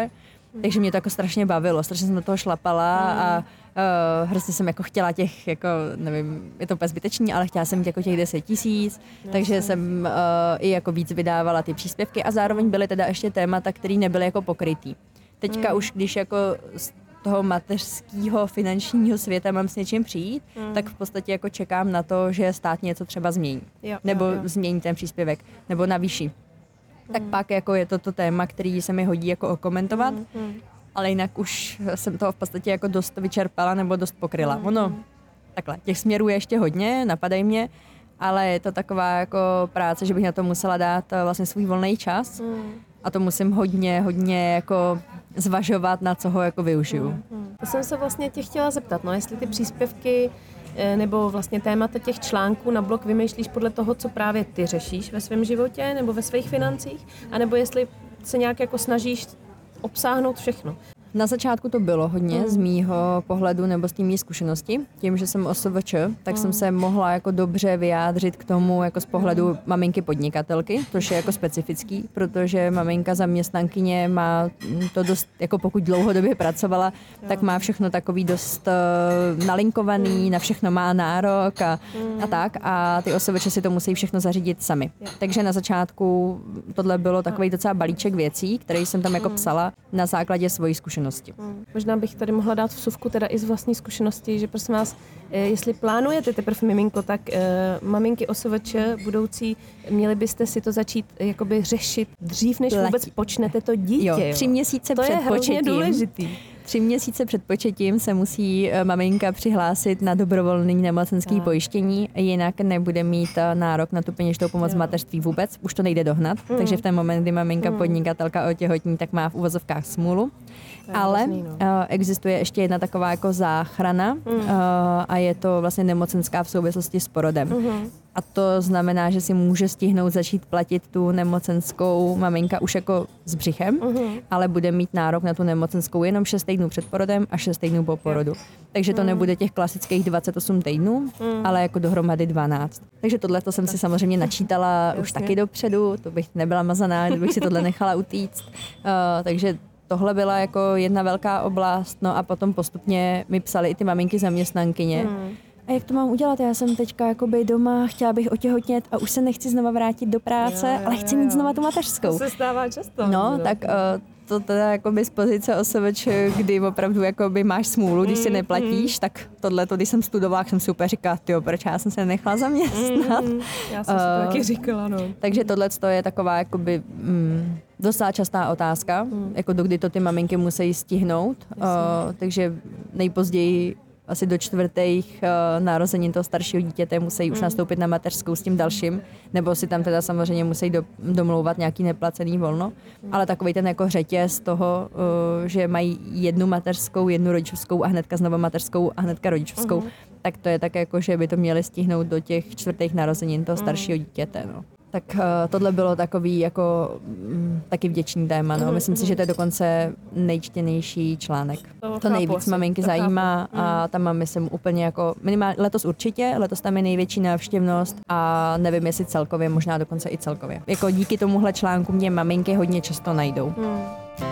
Takže mě to jako strašně bavilo, strašně jsem do toho šlapala mm. a uh, hrozně jsem jako chtěla těch, jako nevím, je to úplně zbytečný, ale chtěla jsem mít jako těch deset tisíc, takže jsem uh, i jako víc vydávala ty příspěvky a zároveň byly teda ještě témata, které nebyly jako pokrytý. Teďka mm. už když jako z toho mateřského finančního světa mám s něčím přijít, mm. tak v podstatě jako čekám na to, že stát něco třeba změní. Jo, nebo jo, jo. změní ten příspěvek, nebo navýší. Mm. Tak pak jako je to to téma, který se mi hodí jako okomentovat, mm. ale jinak už jsem toho v podstatě jako dost vyčerpala nebo dost pokryla. Mm. Ono, takhle, těch směrů je ještě hodně, napadají mě, ale je to taková jako práce, že bych na to musela dát vlastně svůj volný čas. Mm. A to musím hodně, hodně jako zvažovat, na co ho jako využiju. Hmm, hmm. To jsem se vlastně tě chtěla zeptat, no jestli ty příspěvky nebo vlastně témata těch článků na blog vymýšlíš podle toho, co právě ty řešíš ve svém životě nebo ve svých financích, anebo jestli se nějak jako snažíš obsáhnout všechno. Na začátku to bylo hodně mm. z mýho pohledu nebo z té mý zkušenosti. Tím, že jsem O S V Č, tak mm. jsem se mohla jako dobře vyjádřit k tomu jako z pohledu mm. maminky podnikatelky, což je jako specifický, protože maminka zaměstnankyně má to dost, jako pokud dlouhodobě pracovala, jo. tak má všechno takový dost uh, nalinkovaný, mm. na všechno má nárok a, mm. a tak. A ty O S V Č si to musí všechno zařídit sami. Jo. Takže na začátku tohle bylo takový docela balíček věcí, který jsem tam jako mm. psala na základě svojí zkušenosti. Hmm. Možná bych tady mohla dát vsuvku teda i z vlastní zkušenosti, že prosím vás, jestli plánujete teprve miminko, tak eh, maminky O S V Č budoucí, měli byste si to začít jakoby řešit dřív, než Platí. vůbec počnete to dítě. Jo, tři měsíce to před je hrozně početím. důležitý. Tři měsíce před početím se musí maminka přihlásit na dobrovolné nemocenské pojištění, jinak nebude mít nárok na tu peněžitou pomoc v mateřství vůbec. Už to nejde dohnat, mm. takže v ten moment, kdy maminka mm. podnikatelka otěhotní, tak má v uvozovkách smůlu. Ale hrozný, no. uh, existuje ještě jedna taková jako záchrana mm. uh, a je to vlastně nemocenská v souvislosti s porodem. Mm. A to znamená, že si může stihnout začít platit tu nemocenskou maminka už jako s břichem, uh-huh. ale bude mít nárok na tu nemocenskou jenom šest týdnů před porodem a šest týdnů po porodu. Takže to uh-huh. nebude těch klasických dvacet osm týdnů, uh-huh. ale jako dohromady dvanáct. Takže tohle to jsem si samozřejmě načítala už taky dopředu, to bych nebyla mazaná, kdybych si tohle nechala utíct. Uh, takže tohle byla jako jedna velká oblast, no a potom postupně mi psaly i ty maminky zaměstnankyně, uh-huh. a jak to mám udělat? Já jsem teďka jakoby doma, chtěla bych otěhotnět a už se nechci znova vrátit do práce, jo, jo, ale chci jo, jo. mít znova tu mateřskou. To se stává často. No, tak uh, to teda jakoby z pozice O S V Č, kdy opravdu jakoby máš smůlu, když si neplatíš, mm. tak tohle, když jsem studovala, jsem si úplně říkala, tyjo, proč já jsem se nechala zaměstnat. Mm, já jsem uh, si to taky říkala, no. Takže tohle je taková jakoby mm, docela častá otázka, mm. jako dokdy to ty maminky musí stihnout, uh, takže nejpozději asi do čtvrtých uh, narozenin toho staršího dítěte musí mm. už nastoupit na mateřskou s tím dalším, nebo si tam teda samozřejmě musí do, domlouvat nějaký neplacený volno, mm. ale takový ten jako řetěz toho, uh, že mají jednu mateřskou, jednu rodičovskou a hnedka znovu mateřskou a hnedka rodičovskou, mm. tak to je tak jako, že by to měli stihnout do těch čtvrtých narozenin toho staršího dítěte, no. Tak uh, tohle bylo takový jako mm, taky vděčný téma, no. Myslím si, že to je dokonce nejčtenější článek. To, to nejvíc asi. maminky to zajímá chápu. A tam mám, myslím, úplně jako minimálně letos určitě, letos tam je největší návštěvnost a nevím, jestli celkově, možná dokonce i celkově. Jako díky tomuhle článku mě maminky hodně často najdou. Hmm.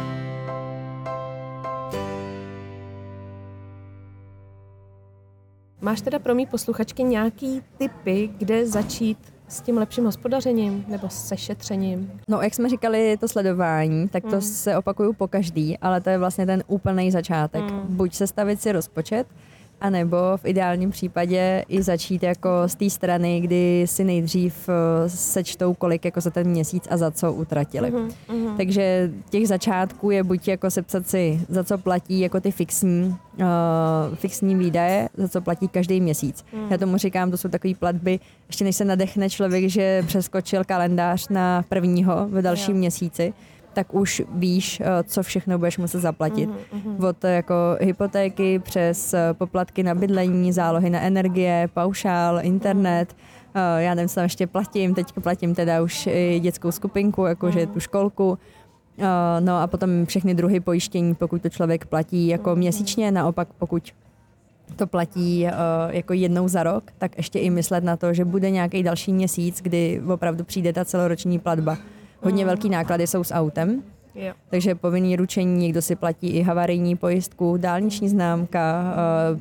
Máš teda pro mý posluchačky nějaký tipy, kde začít s tím lepším hospodařením nebo se šetřením? No, jak jsme říkali, to sledování, tak to mm. se opakuju po každý, ale to je vlastně ten úplný začátek. Mm. Buď sestavit si rozpočet, anebo v ideálním případě i začít jako z té strany, kdy si nejdřív sečtou, kolik jako za ten měsíc a za co utratili. Mm, mm. Takže těch začátků je buď jako sepsat si, za co platí jako ty fixní, uh, fixní výdaje, za co platí každý měsíc. Mm. Já tomu říkám, to jsou takové platby, ještě než se nadechne člověk, že přeskočil kalendář na prvního v dalším jo. měsíci, tak už víš, co všechno budeš muset zaplatit. Mm-hmm. Od jako hypotéky přes poplatky na bydlení, zálohy na energie, paušál, internet. Mm. Já nevím, co tam ještě platím. Teď platím teda už i dětskou skupinku, jakože mm. tu školku. No a potom všechny druhy pojištění, pokud to člověk platí jako mm. měsíčně. Naopak, pokud to platí jako jednou za rok, tak ještě i myslet na to, že bude nějaký další měsíc, kdy opravdu přijde ta celoroční platba. Hodně velký náklady jsou s autem, Jo. Takže povinný ručení, někdo si platí i havarijní pojistku, dálniční známka,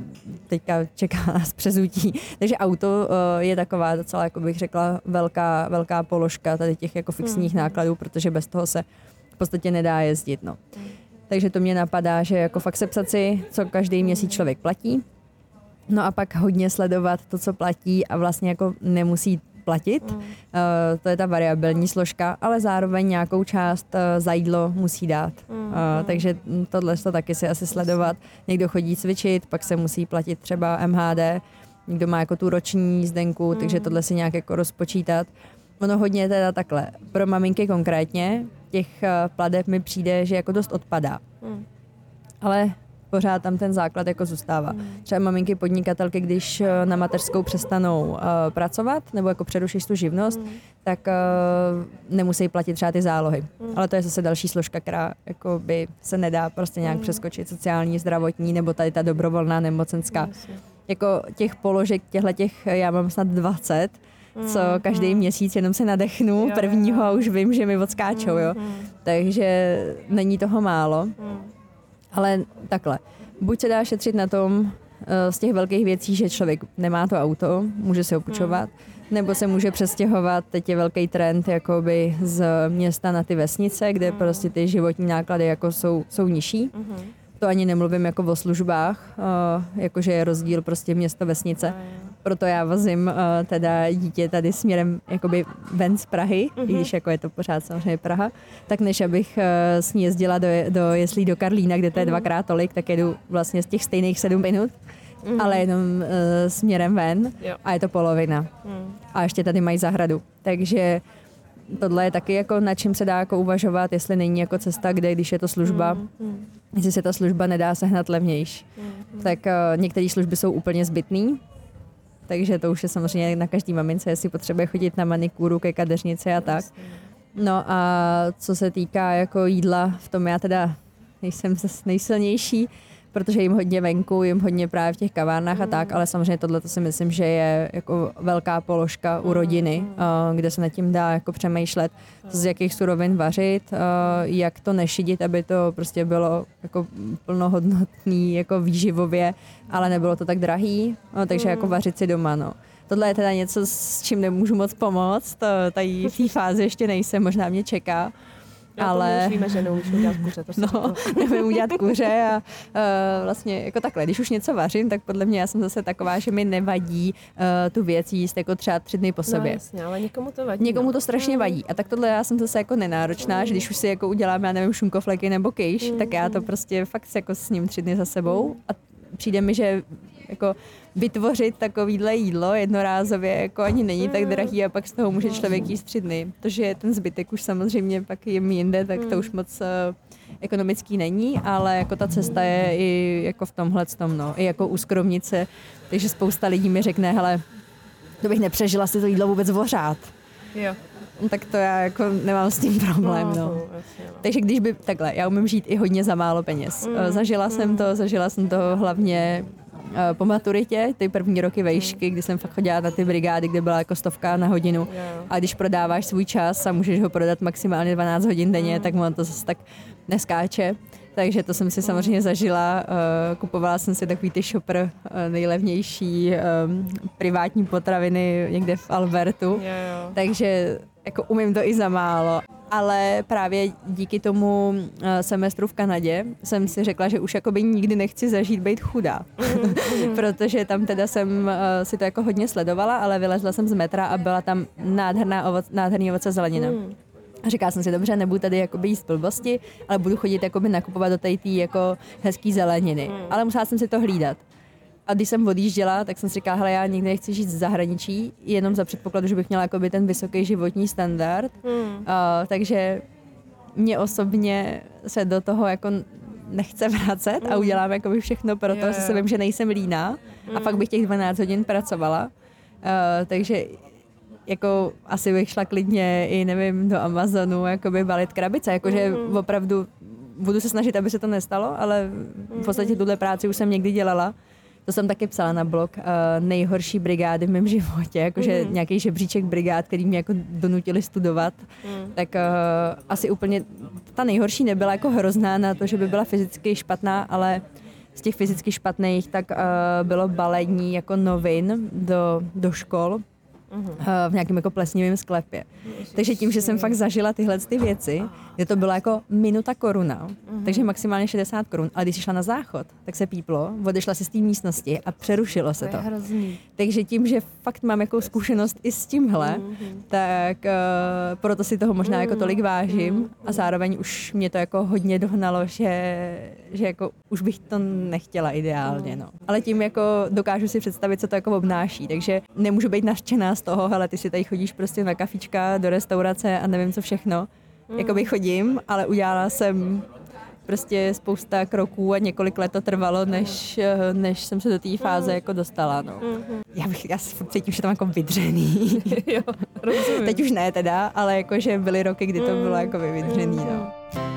teďka čeká nás přezutí. Takže auto je taková docela, jako bych řekla, velká, velká položka tady těch jako fixních mm. nákladů, protože bez toho se v podstatě nedá jezdit. No. Mm. Takže to mě napadá, že jako fakt sepsat si, co každý měsíc člověk platí, no a pak hodně sledovat to, co platí a vlastně jako nemusí platit. Mm. Uh, to je ta variabilní složka, ale zároveň nějakou část uh, za jídlo musí dát. Mm. Uh, takže tohle to taky si asi sledovat. Někdo chodí cvičit, pak se musí platit třeba M H D, někdo má jako tu roční jízdenku, mm. takže tohle si nějak jako rozpočítat. Ono hodně teda takhle. Pro maminky konkrétně těch uh, plateb mi přijde, že jako dost odpadá. Mm. Ale pořád tam ten základ jako zůstává. Mm. Třeba maminky podnikatelky, když na mateřskou přestanou uh, pracovat nebo jako přerušíš tu živnost, mm. tak uh, nemusí platit třeba ty zálohy. Mm. Ale to je zase další složka, která jako by se nedá prostě nějak mm. přeskočit. Sociální, zdravotní nebo tady ta dobrovolná nemocenská. Mm. Jako těch položek, těchto těch, já mám snad dvacet, mm. co každý mm. měsíc jenom se nadechnu jo, prvního jo. a už vím, že mi odskáčou. Jo. Mm. Takže není toho málo. Mm. Ale takhle, buď se dá šetřit na tom z těch velkých věcí, že člověk nemá to auto, může se opůjčovat, hmm. nebo se může přestěhovat, teď je velký trend jakoby z města na ty vesnice, kde hmm. prostě ty životní náklady jako jsou, jsou nižší. Hmm. To ani nemluvím jako o službách, jakože je rozdíl prostě město, vesnice. Proto já vozím teda dítě tady směrem jakoby ven z Prahy, mm-hmm. i když jako je to pořád samozřejmě Praha, tak než abych s ní jezdila do, do jeslí do Karlína, kde to je mm-hmm. dvakrát tolik, tak jedu vlastně z těch stejných sedm minut, mm-hmm. ale jenom uh, směrem ven jo. a je to polovina. Mm. A ještě tady mají zahradu. Takže tohle je taky jako na čím se dá jako uvažovat, jestli není jako cesta, kde když je to služba, mm. jestli se ta služba nedá sehnat levnější. Mm. Tak uh, některé služby jsou úplně zbytný, takže to už je samozřejmě na každý mamince, jestli potřebuje chodit na manikúru, ke kadeřnici a tak. No a co se týká jako jídla, v tom já teda nejsem zase nejsilnější, protože jim hodně venku, jim hodně právě v těch kavárnách a tak, ale samozřejmě tohle to si myslím, že je jako velká položka u rodiny, kde se nad tím dá jako přemýšlet, z jakých surovin vařit, jak to nešidit, aby to prostě bylo jako plnohodnotný jako výživově, ale nebylo to tak drahý, no, takže jako vařit si doma, no. Tohle je teda něco, s čím nemůžu moc pomoct, tady v té fázi ještě nejsem, možná mě čeká. Já ale to víme, že neumíš udělat kuře. To no, nevím udělat kuře a uh, vlastně jako takhle, když už něco vařím, tak podle mě já jsem zase taková, že mi nevadí uh, tu věc jíst jako třeba tři dny po sobě. No jasně, ale někomu to vadí. Někomu to strašně vadí. A tak tohle já jsem zase jako nenáročná, mm. že když už si jako udělám, já nevím, šunkofleky nebo kejš, mm. tak já to prostě fakt jako s ním tři dny za sebou a přijde mi, že jako vytvořit takovýhle jídlo jednorázově jako ani není tak drahý a pak z toho může člověk jíst tři dny. Protože ten zbytek už samozřejmě pak jim jinde, tak to už moc uh, ekonomický není, ale jako ta cesta je i jako v tomhle tom, no, i jako uskromnit se. Takže spousta lidí mi řekne, hele, to bych nepřežila si to jídlo vůbec vořát. Jo. Tak to já jako nemám s tím problém, no. no. Takže když by, takhle, já umím žít i hodně za málo peněz. Mm. Zažila mm. jsem to, zažila jsem to hlavně po maturitě, ty první roky vejšky, kdy jsem fakt chodila na ty brigády, kde byla jako stovka na hodinu. A když prodáváš svůj čas a můžeš ho prodat maximálně dvanáct hodin denně, tak on to zase tak neskáče. Takže to jsem si samozřejmě zažila. Kupovala jsem si takový ty shopper nejlevnější privátní potraviny někde v Albertu. Takže jako umím to i za málo. Ale právě díky tomu semestru v Kanadě jsem si řekla, že už jakoby nikdy nechci zažít být chudá. Protože tam teda jsem si to jako hodně sledovala, ale vylezla jsem z metra a byla tam nádherná ovoc, nádherný ovoce zelenina. A říkala jsem si, dobře, nebudu tady jakoby jíst blbosti, ale budu chodit jakoby nakupovat do té jako hezký zeleniny. Ale musela jsem si to hlídat. A když jsem odjížděla, tak jsem si říkala, hele, já nikdy nechci žít v zahraničí, jenom za předpokladu, že bych měla jakoby ten vysoký životní standard. Mm. Uh, takže mě osobně se do toho jako nechce vracet mm. a udělám jakoby všechno pro to, že si vím, že nejsem líná mm. a fakt bych těch dvanáct hodin pracovala. Uh, takže jako asi bych šla klidně i, nevím, do Amazonu, jakoby balit krabice, jakože mm. opravdu budu se snažit, aby se to nestalo, ale v podstatě tuhle práci už jsem někdy dělala. to jsem taky psala na blog, uh, nejhorší brigády v mém životě, jakože mm. nějaký žebříček brigád, který mě jako donutili studovat, mm. tak uh, asi úplně ta nejhorší nebyla jako hrozná na to, že by byla fyzicky špatná, ale z těch fyzicky špatných tak uh, bylo balení jako novin do, do škol. Uhum. v nějakém jako plesnivém sklepě. Ježiši. Takže tím, že jsem fakt zažila tyhle ty věci, že to byla jako minuta koruna, uhum. takže maximálně šedesát korun, ale když jsi šla na záchod, tak se píplo, odešla si z té místnosti a přerušilo se to. To je hrozný. Takže tím, že fakt mám jako zkušenost i s tímhle, uhum. tak uh, proto si toho možná uhum. jako tolik vážím uhum. a zároveň už mě to jako hodně dohnalo, že, že jako už bych to nechtěla ideálně. No. Ale tím jako dokážu si představit, co to jako obnáší, takže nemůžu být nařčená z toho, hele, ty si tady chodíš prostě na kafička, do restaurace a nevím co všechno. Mm. Jakoby chodím, ale udělala jsem prostě spousta kroků a několik let to trvalo, než, než jsem se do té fáze mm. jako dostala, no. Mm-hmm. Já bych, já se cítím, že tam jako vydřený. Jo, rozumím. Teď už ne teda, ale jakože byly roky, kdy to bylo jako vydřený, no.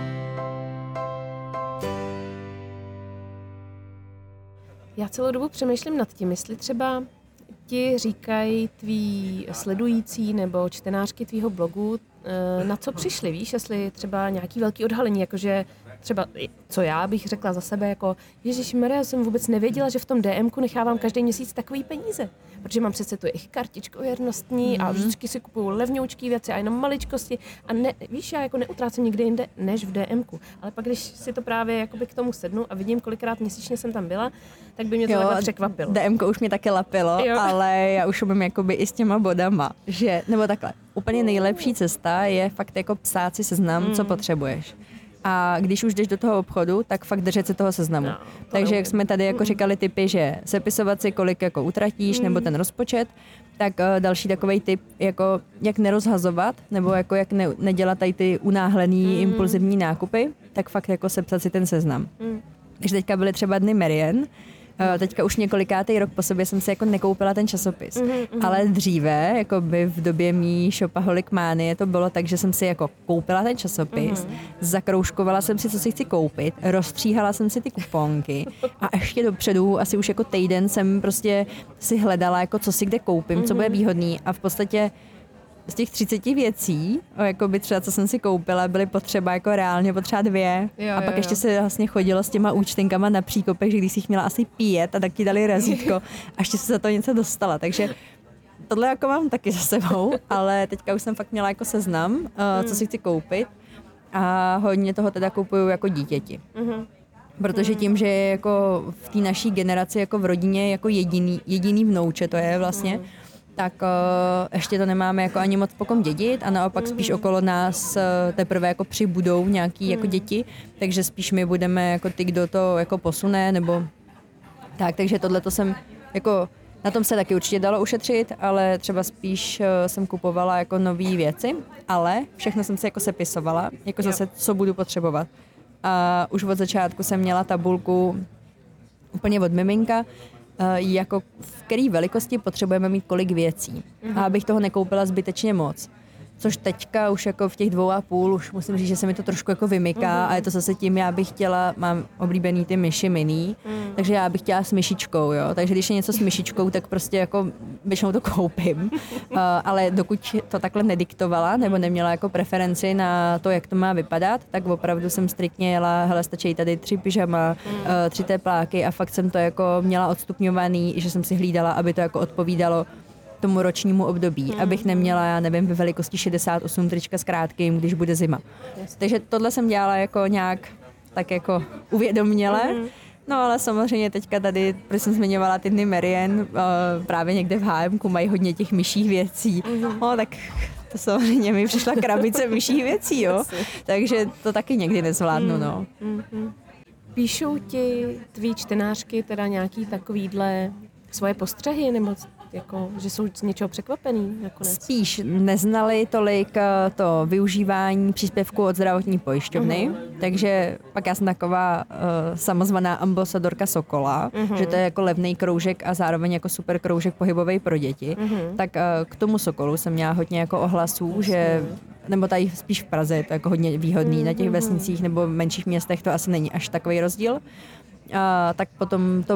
Já celou dobu přemýšlím nad tím, jestli třeba ti říkají tví sledující nebo čtenářky tvýho blogu, na co přišli, víš, jestli třeba nějaký velký odhalení, jakože třeba, co já bych řekla za sebe, jako ježišmarja, jsem vůbec nevěděla, že v tom D M ku nechávám každý měsíc takový peníze, protože mám přece tu jejich kartičku věrnostní mm-hmm. a vždycky si kupuju levňoučký věci a jenom maličkosti a ne, víš, já jako neutrácím nikde jinde než v D M ku, ale pak když si to právě jakoby k tomu sednu a vidím, kolikrát měsíčně jsem tam byla, tak by mě to takhle překvapilo. D M ko už mě taky lapilo, jo. ale já už umím jakoby i s těma bodama, že, nebo takhle, úplně nejlepší cesta je fakt jako psát si seznam, mm. co potřebuješ. A když už jdeš do toho obchodu, tak fakt držet se toho seznamu. No, to Takže jak jsme tady jako říkali typy, že sepisovat si, kolik jako utratíš, mm. nebo ten rozpočet, tak uh, další takovej tip, jako jak nerozhazovat, nebo jako jak ne, nedělat tady ty unáhlený, mm. impulzivní nákupy, tak fakt jako sepsat si ten seznam. Mm. Takže teďka byly třeba dny Marian, Uh, teďka už několikátý rok po sobě jsem si jako nekoupila ten časopis. Mm-hmm. Ale dříve, jako by v době mý shopaholic mánie, to bylo tak, že jsem si jako koupila ten časopis, mm-hmm. zakroužkovala jsem si, co si chci koupit, rozstříhala jsem si ty kuponky a ještě dopředu, asi už jako týden jsem prostě si hledala, jako co si kde koupím, mm-hmm. co bude výhodný a v podstatě z těch třiceti věcí, jako by třeba, co jsem si koupila, byly potřeba jako reálně potřeba dvě. Jo, a pak jo, ještě jo. se vlastně chodilo s těma účtenkama na příkopech, že když si jich měla asi pět a tak ti dali razítko a ještě se za to něco dostala. Takže tohle jako mám taky za sebou, ale teďka už jsem fakt měla jako seznam, uh, co si chci koupit a hodně toho teda kupuju jako dítěti. Mm-hmm. Protože tím, že je jako v té naší generaci jako v rodině jako jediný, jediný vnouče, to je vlastně, mm. tak uh, ještě to nemáme jako ani moc po kom dědit a naopak spíš okolo nás uh, teprve jako přibudou nějaký jako děti, takže spíš my budeme jako ty, kdo to jako posune, nebo tak, takže tohle to jsem jako, na tom se taky určitě dalo ušetřit, ale třeba spíš uh, jsem kupovala jako nový věci, ale všechno jsem si jako sepisovala, jako zase, co budu potřebovat. A už od začátku jsem měla tabulku úplně od miminka, jako v který velikosti potřebujeme mít kolik věcí. Mm-hmm. A abych toho nekoupila zbytečně moc. Což teďka už jako v těch dvou a půl už musím říct, že se mi to trošku jako vymyká mm-hmm. a je to zase tím, já bych chtěla, mám oblíbený ty myši mini, mm. takže já bych chtěla s myšičkou, jo. Takže když je něco s myšičkou, tak prostě jako většinou to koupím. uh, ale dokud to takhle nediktovala nebo neměla jako preferenci na to, jak to má vypadat, tak opravdu jsem striktně jela, hele, stačí tady tři pyžama, mm. uh, tři tepláky a fakt jsem to jako měla odstupňovaný, že jsem si hlídala, aby to jako odpovídalo tomu ročnímu období, mm. abych neměla, já nevím, ve velikosti šedesát osm trička s krátkým, když bude zima. Yes. Takže tohle jsem dělala jako nějak tak jako uvědoměle. Mm. No ale samozřejmě teďka tady, protože jsem zmiňovala ty dny Marian, uh, právě někde v há emku mají hodně těch myších věcí. Mm. No tak to samozřejmě mi přišla krabice myších věcí, jo. Takže to taky někdy nezvládnu, mm. no. Mm. Píšou ti tví čtenářky teda nějaký takovýhle svoje postřehy, nebo jako, že jsou z něčeho překvapený nakonec? Spíš neznali tolik to využívání příspěvku od zdravotní pojišťovny, uh-huh. takže pak já jsem taková uh, samozvaná ambasadorka Sokola, uh-huh. že to je jako levný kroužek a zároveň jako super kroužek pohybový pro děti. Uh-huh. Tak uh, k tomu Sokolu jsem měla hodně jako ohlasů, uh-huh. že nebo tady spíš v Praze je to jako hodně výhodný, uh-huh. na těch vesnicích nebo menších městech to asi není až takový rozdíl. Uh, tak potom to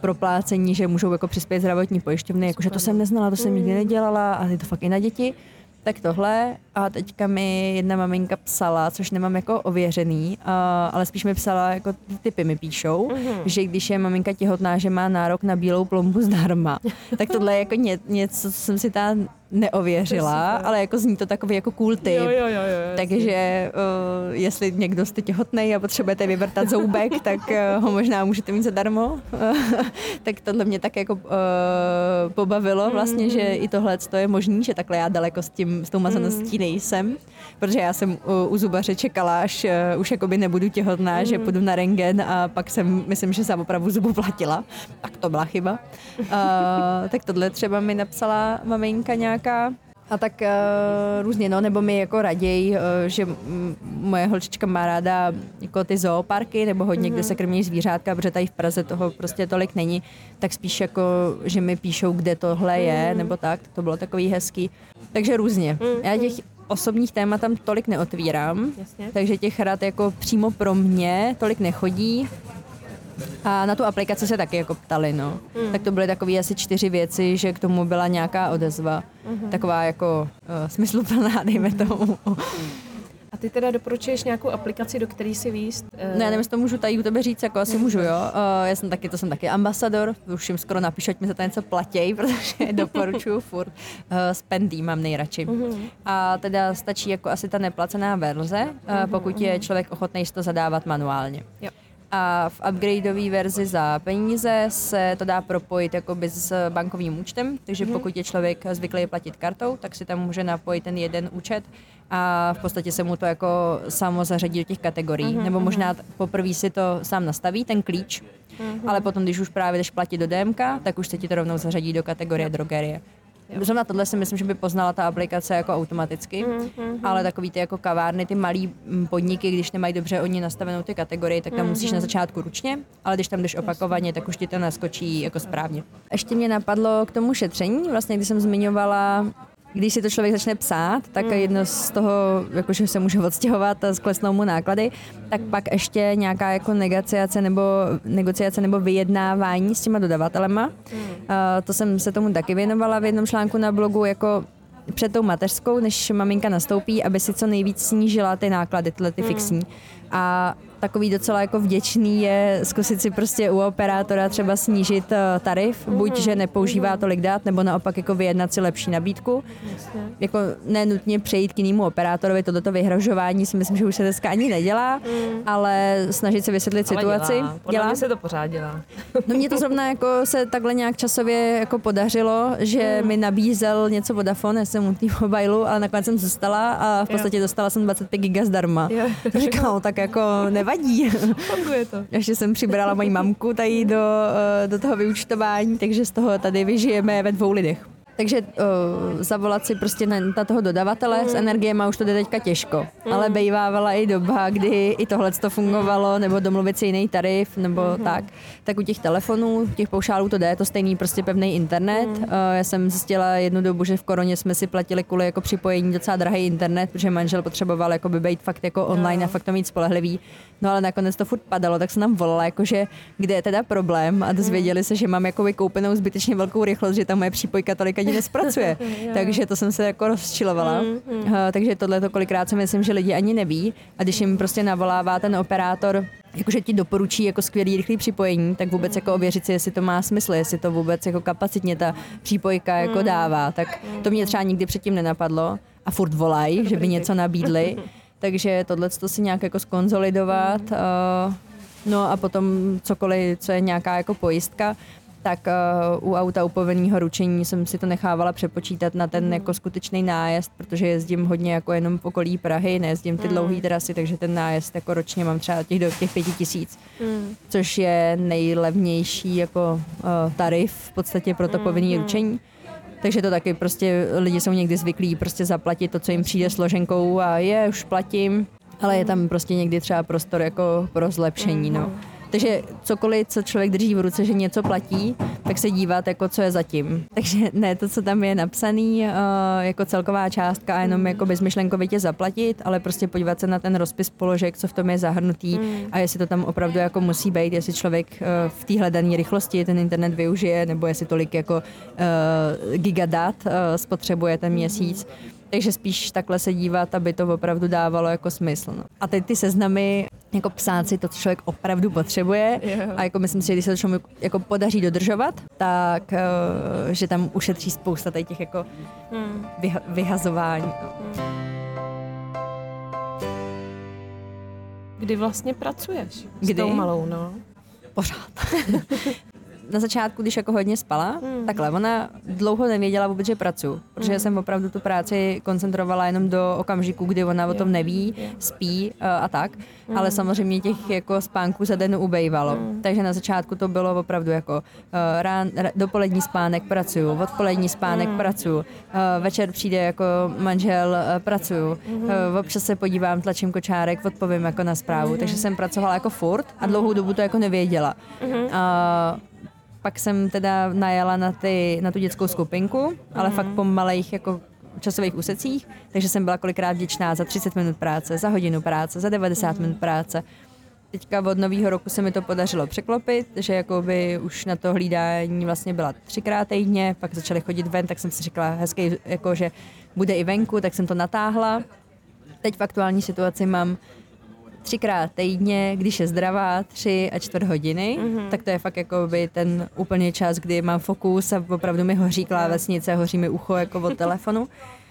proplácení, že můžou jako přispět zdravotní pojišťovny, jakože to jsem neznala, to jsem nikdy nedělala a je to fakt i na děti. Tak tohle a teďka mi jedna maminka psala, což nemám jako ověřený, uh, ale spíš mi psala, jako typy mi píšou, mm-hmm. že když je maminka těhotná, že má nárok na bílou plombu zdarma. Tak tohle je jako ně, něco, co jsem si tam neověřila, ale jako zní to takový jako cool tip. Jo, jo, jo, jo, takže uh, jestli někdo jste těhotnej a potřebujete vyvrtat zoubek, tak uh, ho možná můžete mít zadarmo. Tak tohle mě tak jako uh, pobavilo vlastně, mm-hmm. že i tohle je možný, že takhle já daleko s tím, s tou mazaností nejsem, protože já jsem u, u zubaře čekala, až uh, už jakoby nebudu těhotná, mm-hmm. že půjdu na rentgen a pak jsem, myslím, že jsem opravdu zubu platila. Tak to byla chyba. Uh, tak tohle třeba mi napsala maminka nějak a tak uh, různě, no, nebo mi jako raději, uh, že m- moje holčička má ráda jako ty zooparky, nebo hodně, mm-hmm. kde se krmí zvířátka, protože tady v Praze toho prostě tolik není, tak spíš jako, že mi píšou, kde tohle je, mm-hmm. nebo tak, to bylo takový hezký. Takže různě. Mm-hmm. Já těch osobních témat tam tolik neotvírám, jasně. Takže těch rad jako přímo pro mě tolik nechodí. A na tu aplikaci se taky jako ptali, no. Mm. Tak to byly takové asi čtyři věci, že k tomu byla nějaká odezva. Mm-hmm. Taková jako uh, smysluplná, dejme tomu. A ty teda doporučuješ nějakou aplikaci, do které si výst? Uh... Ne, nevím, jestli to můžu tady u tebe říct, jako asi můžu, jo. Uh, já jsem taky, to jsem taky ambasador, už jim skoro napíšu, ať mi za to něco platěj, protože doporučuju furt. Uh, Spendy mám nejradši. Mm-hmm. A teda stačí jako asi ta neplacená verze, uh, pokud je člověk ochotný si to zadávat manuálně. Jo. A v upgradeové verzi za peníze se to dá propojit jakoby s bankovním účtem, takže pokud je člověk zvyklý platit kartou, tak si tam může napojit ten jeden účet a v podstatě se mu to jako samo zařadí do těch kategorií. Nebo možná poprvé si to sám nastaví, ten klíč, ale potom, když už právě jdeš platit do D M K, tak už se ti to rovnou zařadí do kategorie drogerie. Zrovna tohle si myslím, že by poznala ta aplikace jako automaticky, mm-hmm. ale takový ty jako kavárny, ty malý podniky, když nemají dobře oni nastavenou ty kategorie, tak tam mm-hmm. musíš na začátku ručně, ale když tam jdeš opakovaně, tak už ti to naskočí jako správně. Ještě mě napadlo k tomu šetření, vlastně když jsem zmiňovala, když si to člověk začne psát, tak mm. jedno z toho, jakože se může odstěhovat a sklesnou mu náklady, tak pak ještě nějaká jako negociace nebo, negociace nebo vyjednávání s těma dodavatelema. Mm. Uh, to jsem se tomu taky věnovala v jednom článku na blogu, jako před tou mateřskou, než maminka nastoupí, aby si co nejvíc snížila ty náklady, tyhle ty mm. fixní. A takový docela jako vděčný je zkusit si prostě u operátora třeba snížit tarif, mm-hmm. buď, že nepoužívá tolik dat, nebo naopak jako vyjednat si lepší nabídku. Jasně. Jako nenutně přejít k jinému operátorovi, tohleto vyhrožování si myslím, že už se dneska ani nedělá, mm. ale snažit se vysvětlit ale situaci. Dělá. Podle dělá. Mě se to pořád dělá. No mně to zrovna jako se takhle nějak časově jako podařilo, že mm. mi nabízel něco Vodafone, já jsem u tý mobilu, ale nakonec jsem zůstala a v podstatě jo. dostala jsem dvacet pět giga zdarma. Říkám, tak jako nevadí. Funguje to. Ještě jsem přibrala moji mamku tady do, do toho vyúčtování, takže z toho tady vyžijeme ve dvou lidech. Takže uh, zavolat si prostě na, na toho dodavatele mm. s energiema už to jde teďka těžko, mm. ale bejvávala i doba, kdy i tohle to fungovalo, nebo domluvit si jiný tarif, nebo mm. tak. Tak u těch telefonů, těch paušálů to jde, je to stejný prostě pevný internet. Mm. Uh, já jsem zjistila jednu dobu, že v koroně jsme si platili kvůli jako připojení docela drahý internet, protože manžel potřeboval jako by být fakt jako online no. a fakt to mít spolehlivý. No ale nakonec to furt padalo, tak se nám volala, jakože kde je teda problém a dozvěděli se, že mám jako vykoupenou zbytečně velkou rychlost, že ta moje přípojka tolik ani nespracuje. Takže to jsem se jako rozčilovala. Mm, mm. Uh, takže tohle to kolikrát si myslím, že lidi ani neví a když jim prostě navolává ten operátor, jakože ti doporučí jako skvělý rychlý připojení, tak vůbec jako ověřit si, jestli to má smysl, jestli to vůbec jako kapacitně ta přípojka jako dává. Tak to mě třeba nikdy předtím nenapadlo a furt volají, že by něco nabídli. Takže tohle to si nějak jako skonzolidovat. Uh, no a potom cokoliv, co je nějaká jako pojistka, tak uh, u auta upovědného ručení jsem si to nechávala přepočítat na ten jako skutečný nájezd, protože jezdím hodně jako jenom v okolí Prahy, nejezdím ty dlouhé trasy, takže ten nájezd jako ročně mám třeba těch do těch pěti tisíc, mm. což je nejlevnější jako uh, tarif v podstatě pro to povinné ručení. Takže to taky prostě lidi jsou někdy zvyklí prostě zaplatit to, co jim přijde složenkou a je, už platím, ale je tam prostě někdy třeba prostor jako pro zlepšení, no. Takže cokoliv, co člověk drží v ruce, že něco platí, tak se dívat, jako co je zatím. Takže ne to, co tam je napsaný, jako celková částka a jenom jako bezmyšlenkovitě zaplatit, ale prostě podívat se na ten rozpis položek, co v tom je zahrnutý a jestli to tam opravdu jako musí být, jestli člověk v té hledané rychlosti ten internet využije, nebo jestli tolik jako uh, gigadat uh, spotřebuje ten měsíc. Takže spíš takhle se dívat, aby to opravdu dávalo jako smysl. No. A teď ty seznamy, jako psát si to, co člověk opravdu potřebuje yeah. a jako myslím si, že když se to člověk jako podaří dodržovat, tak uh, že tam ušetří spousta těch jako hmm. vyha- vyhazování. No. Kdy vlastně pracuješ Kdy? S tou malou, no? Pořád. Na začátku, když jako hodně spala, hmm. takhle, ona dlouho nevěděla vůbec, že pracuji, protože hmm. jsem opravdu tu práci koncentrovala jenom do okamžiku, kdy ona o tom neví, spí uh, a tak, hmm. ale samozřejmě těch jako spánků za den ubejvalo. Hmm. Takže na začátku to bylo opravdu jako uh, rán, r- dopolední spánek pracuju, odpolední spánek hmm. pracuju, uh, večer přijde jako manžel, uh, pracuju, hmm. uh, občas se podívám, tlačím kočárek, odpovím jako na zprávu, hmm. takže jsem pracovala jako furt a dlouhou dobu to jako nevěděla. Hmm. Uh, Pak jsem teda najela na, ty, na tu dětskou skupinku, ale mm. fakt po malých jako časových úsecích, takže jsem byla kolikrát vděčná za třicet minut práce, za hodinu práce, za devadesát mm. minut práce. Teďka od nového roku se mi to podařilo překlopit, že jakoby už na to hlídání vlastně byla třikrát týdně, pak začaly chodit ven, tak jsem si říkala hezky, jako, že bude i venku, tak jsem to natáhla. Teď v aktuální situaci mám třikrát týdně, když je zdravá, tři a čtvrt hodiny, mm-hmm. tak to je fakt jako by ten úplně čas, kdy mám fokus a opravdu mi hoří klávesnice, hoří mi ucho jako od telefonu.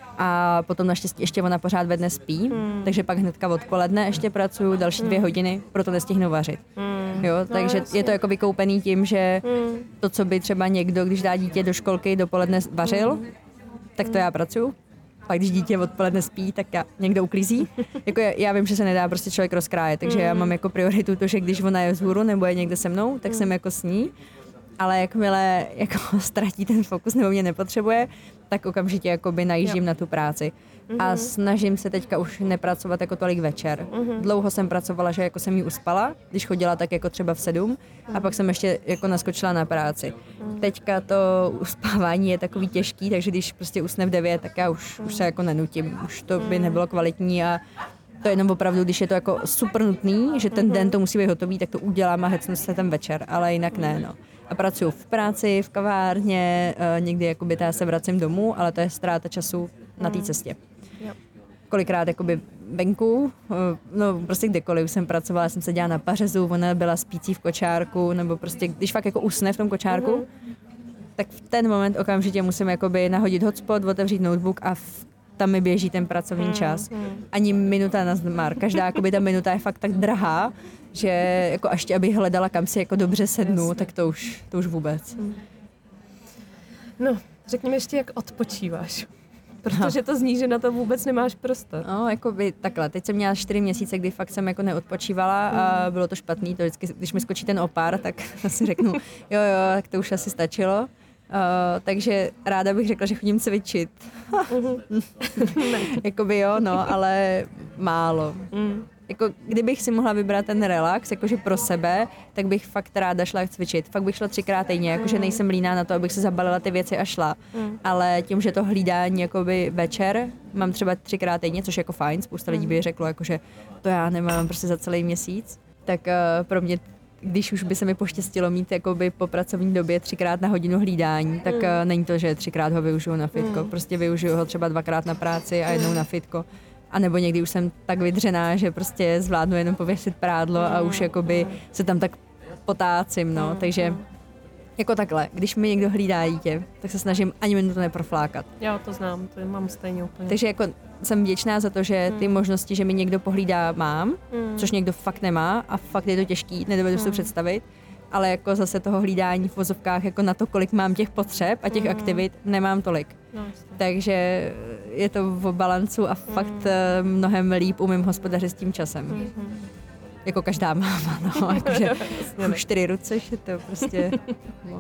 A potom naštěstí ještě ona pořád ve dne spí, mm. takže pak hnedka odpoledne ještě pracuju další dvě hodiny, proto nestihnu vařit. Mm. Jo, takže no, je to jako vykoupený tím, že mm. to, co by třeba někdo, když dá dítě do školky, dopoledne vařil, mm. tak to já pracuju. Pak když dítě odpoledne spí, tak já, někdo uklízí. Jako já, já vím, že se nedá prostě člověk rozkrájet, takže mm. já mám jako prioritu to, že když ona je vzhůru nebo je někde se mnou, tak mm. jsem jako s ní. Ale jakmile jako ztratí ten fokus nebo mě nepotřebuje, tak okamžitě jakoby najíždím jo. na tu práci. Mm-hmm. A snažím se teďka už nepracovat jako tolik večer. Mm-hmm. Dlouho jsem pracovala, že jako jsem jí uspala, když chodila tak jako třeba v sedm mm-hmm. a pak jsem ještě jako naskočila na práci. Mm-hmm. Teďka to uspávání je takový těžký, takže když prostě usne v devět, tak já už, mm-hmm. už se jako nenutím. Už to by nebylo kvalitní a to je jenom opravdu, když je to jako super nutný, že ten mm-hmm. den to musí být hotový, tak to udělám a hecnu se ten večer, ale jinak ne, no. A pracuji v práci, v kavárně, někdy jakoby já se vracím domů, ale to je ztráta času na té cestě. Yep. Kolikrát jakoby venku, no prostě kdekoliv jsem pracovala, jsem se dělala na pařezu, ona byla spící v kočárku, nebo prostě když fakt jako usne v tom kočárku, mm-hmm. tak v ten moment okamžitě musím jakoby nahodit hotspot, otevřít notebook a v, tam mi běží ten pracovní mm-hmm. čas. Ani minuta na zmar. Každá jakoby ta minuta je fakt tak drahá, že jako až tě, abych hledala, kam si jako dobře sednu, Jasně. tak to už, to už vůbec. No, řekni mi ještě, jak odpočíváš. Protože to zní, že na to vůbec nemáš prostor. No, jako by takhle. Teď jsem měla čtyři měsíce, kdy fakt jsem jako neodpočívala a bylo to špatný. To vždycky, když mi skočí ten opár, tak si řeknu, jo, jo, tak to už asi stačilo. Uh, takže ráda bych řekla, že chodím cvičit. Jakoby jo, no, ale málo. Mm. Jako, kdybych si mohla vybrat ten relax, jakože pro sebe, tak bych fakt ráda šla cvičit. Fakt bych šla třikrát týdně, jakože nejsem líná na to, abych se zabalila ty věci a šla. Mm. Ale tím, že to hlídání jakoby večer, mám třeba třikrát týdně, což je jako fajn, spousta lidí by řeklo, jakože to já nemám prostě za celý měsíc, tak uh, pro mě, když už by se mi poštěstilo mít jakoby po pracovní době třikrát na hodinu hlídání, tak mm. uh, není to, že třikrát ho využiju na fitko. Mm. Prostě využiju ho třeba dvakrát na práci a jednou na fitko. A nebo někdy už jsem tak vydřená, že prostě zvládnu jenom pověsit prádlo a už jakoby se tam tak potácím, no. Takže jako takhle, když mi někdo hlídá dítě, tak se snažím ani minutu neproflákat. Já to znám, to mám stejně úplně. Takže jako jsem vděčná za to, že ty možnosti, že mi někdo pohlídá, mám, mm. což někdo fakt nemá a fakt je to těžký, nedovedu si to představit. Ale jako zase toho hlídání v vozovkách, jako na to, kolik mám těch potřeb a těch mm. aktivit, nemám tolik. No, Takže je to v balancu a mm. fakt mnohem líp umím hospodařit s tím časem. Mm. Jako každá máma, no, jakože už čtyři ruce, že to prostě... No.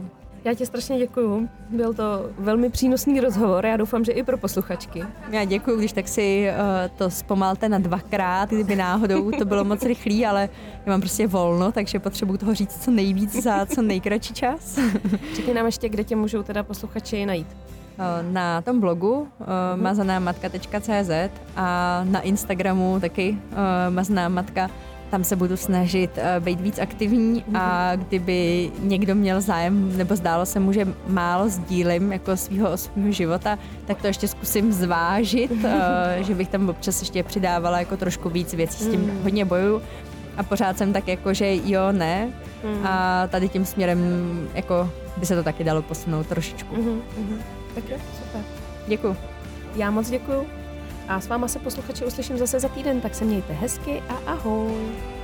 Já ti strašně děkuju. Byl to velmi přínosný rozhovor. Já doufám, že i pro posluchačky. Já děkuju, když tak si uh, to zpomalte na dvakrát, kdyby náhodou to bylo moc rychlý, ale já mám prostě volno, takže potřebuju toho říct co nejvíc za co nejkratší čas. Řekni nám ještě, kde tě můžou teda posluchači najít. Uh, na tom blogu uh, mm-hmm. mazanamatka tečka cé zet a na Instagramu taky uh, mazanamatka. Tam se budu snažit uh, být víc aktivní a kdyby někdo měl zájem, nebo zdálo se mu, že málo sdílím jako svýho osobního života, tak to ještě zkusím zvážit, uh, že bych tam občas ještě přidávala jako trošku víc věcí, s tím hodně bojuju a pořád jsem tak jako, že jo, ne a tady tím směrem jako by se to taky dalo posunout trošičku. Tak jo, super. Děkuju. Já moc děkuju. A s váma se posluchači uslyším zase za týden, tak se mějte hezky a ahoj.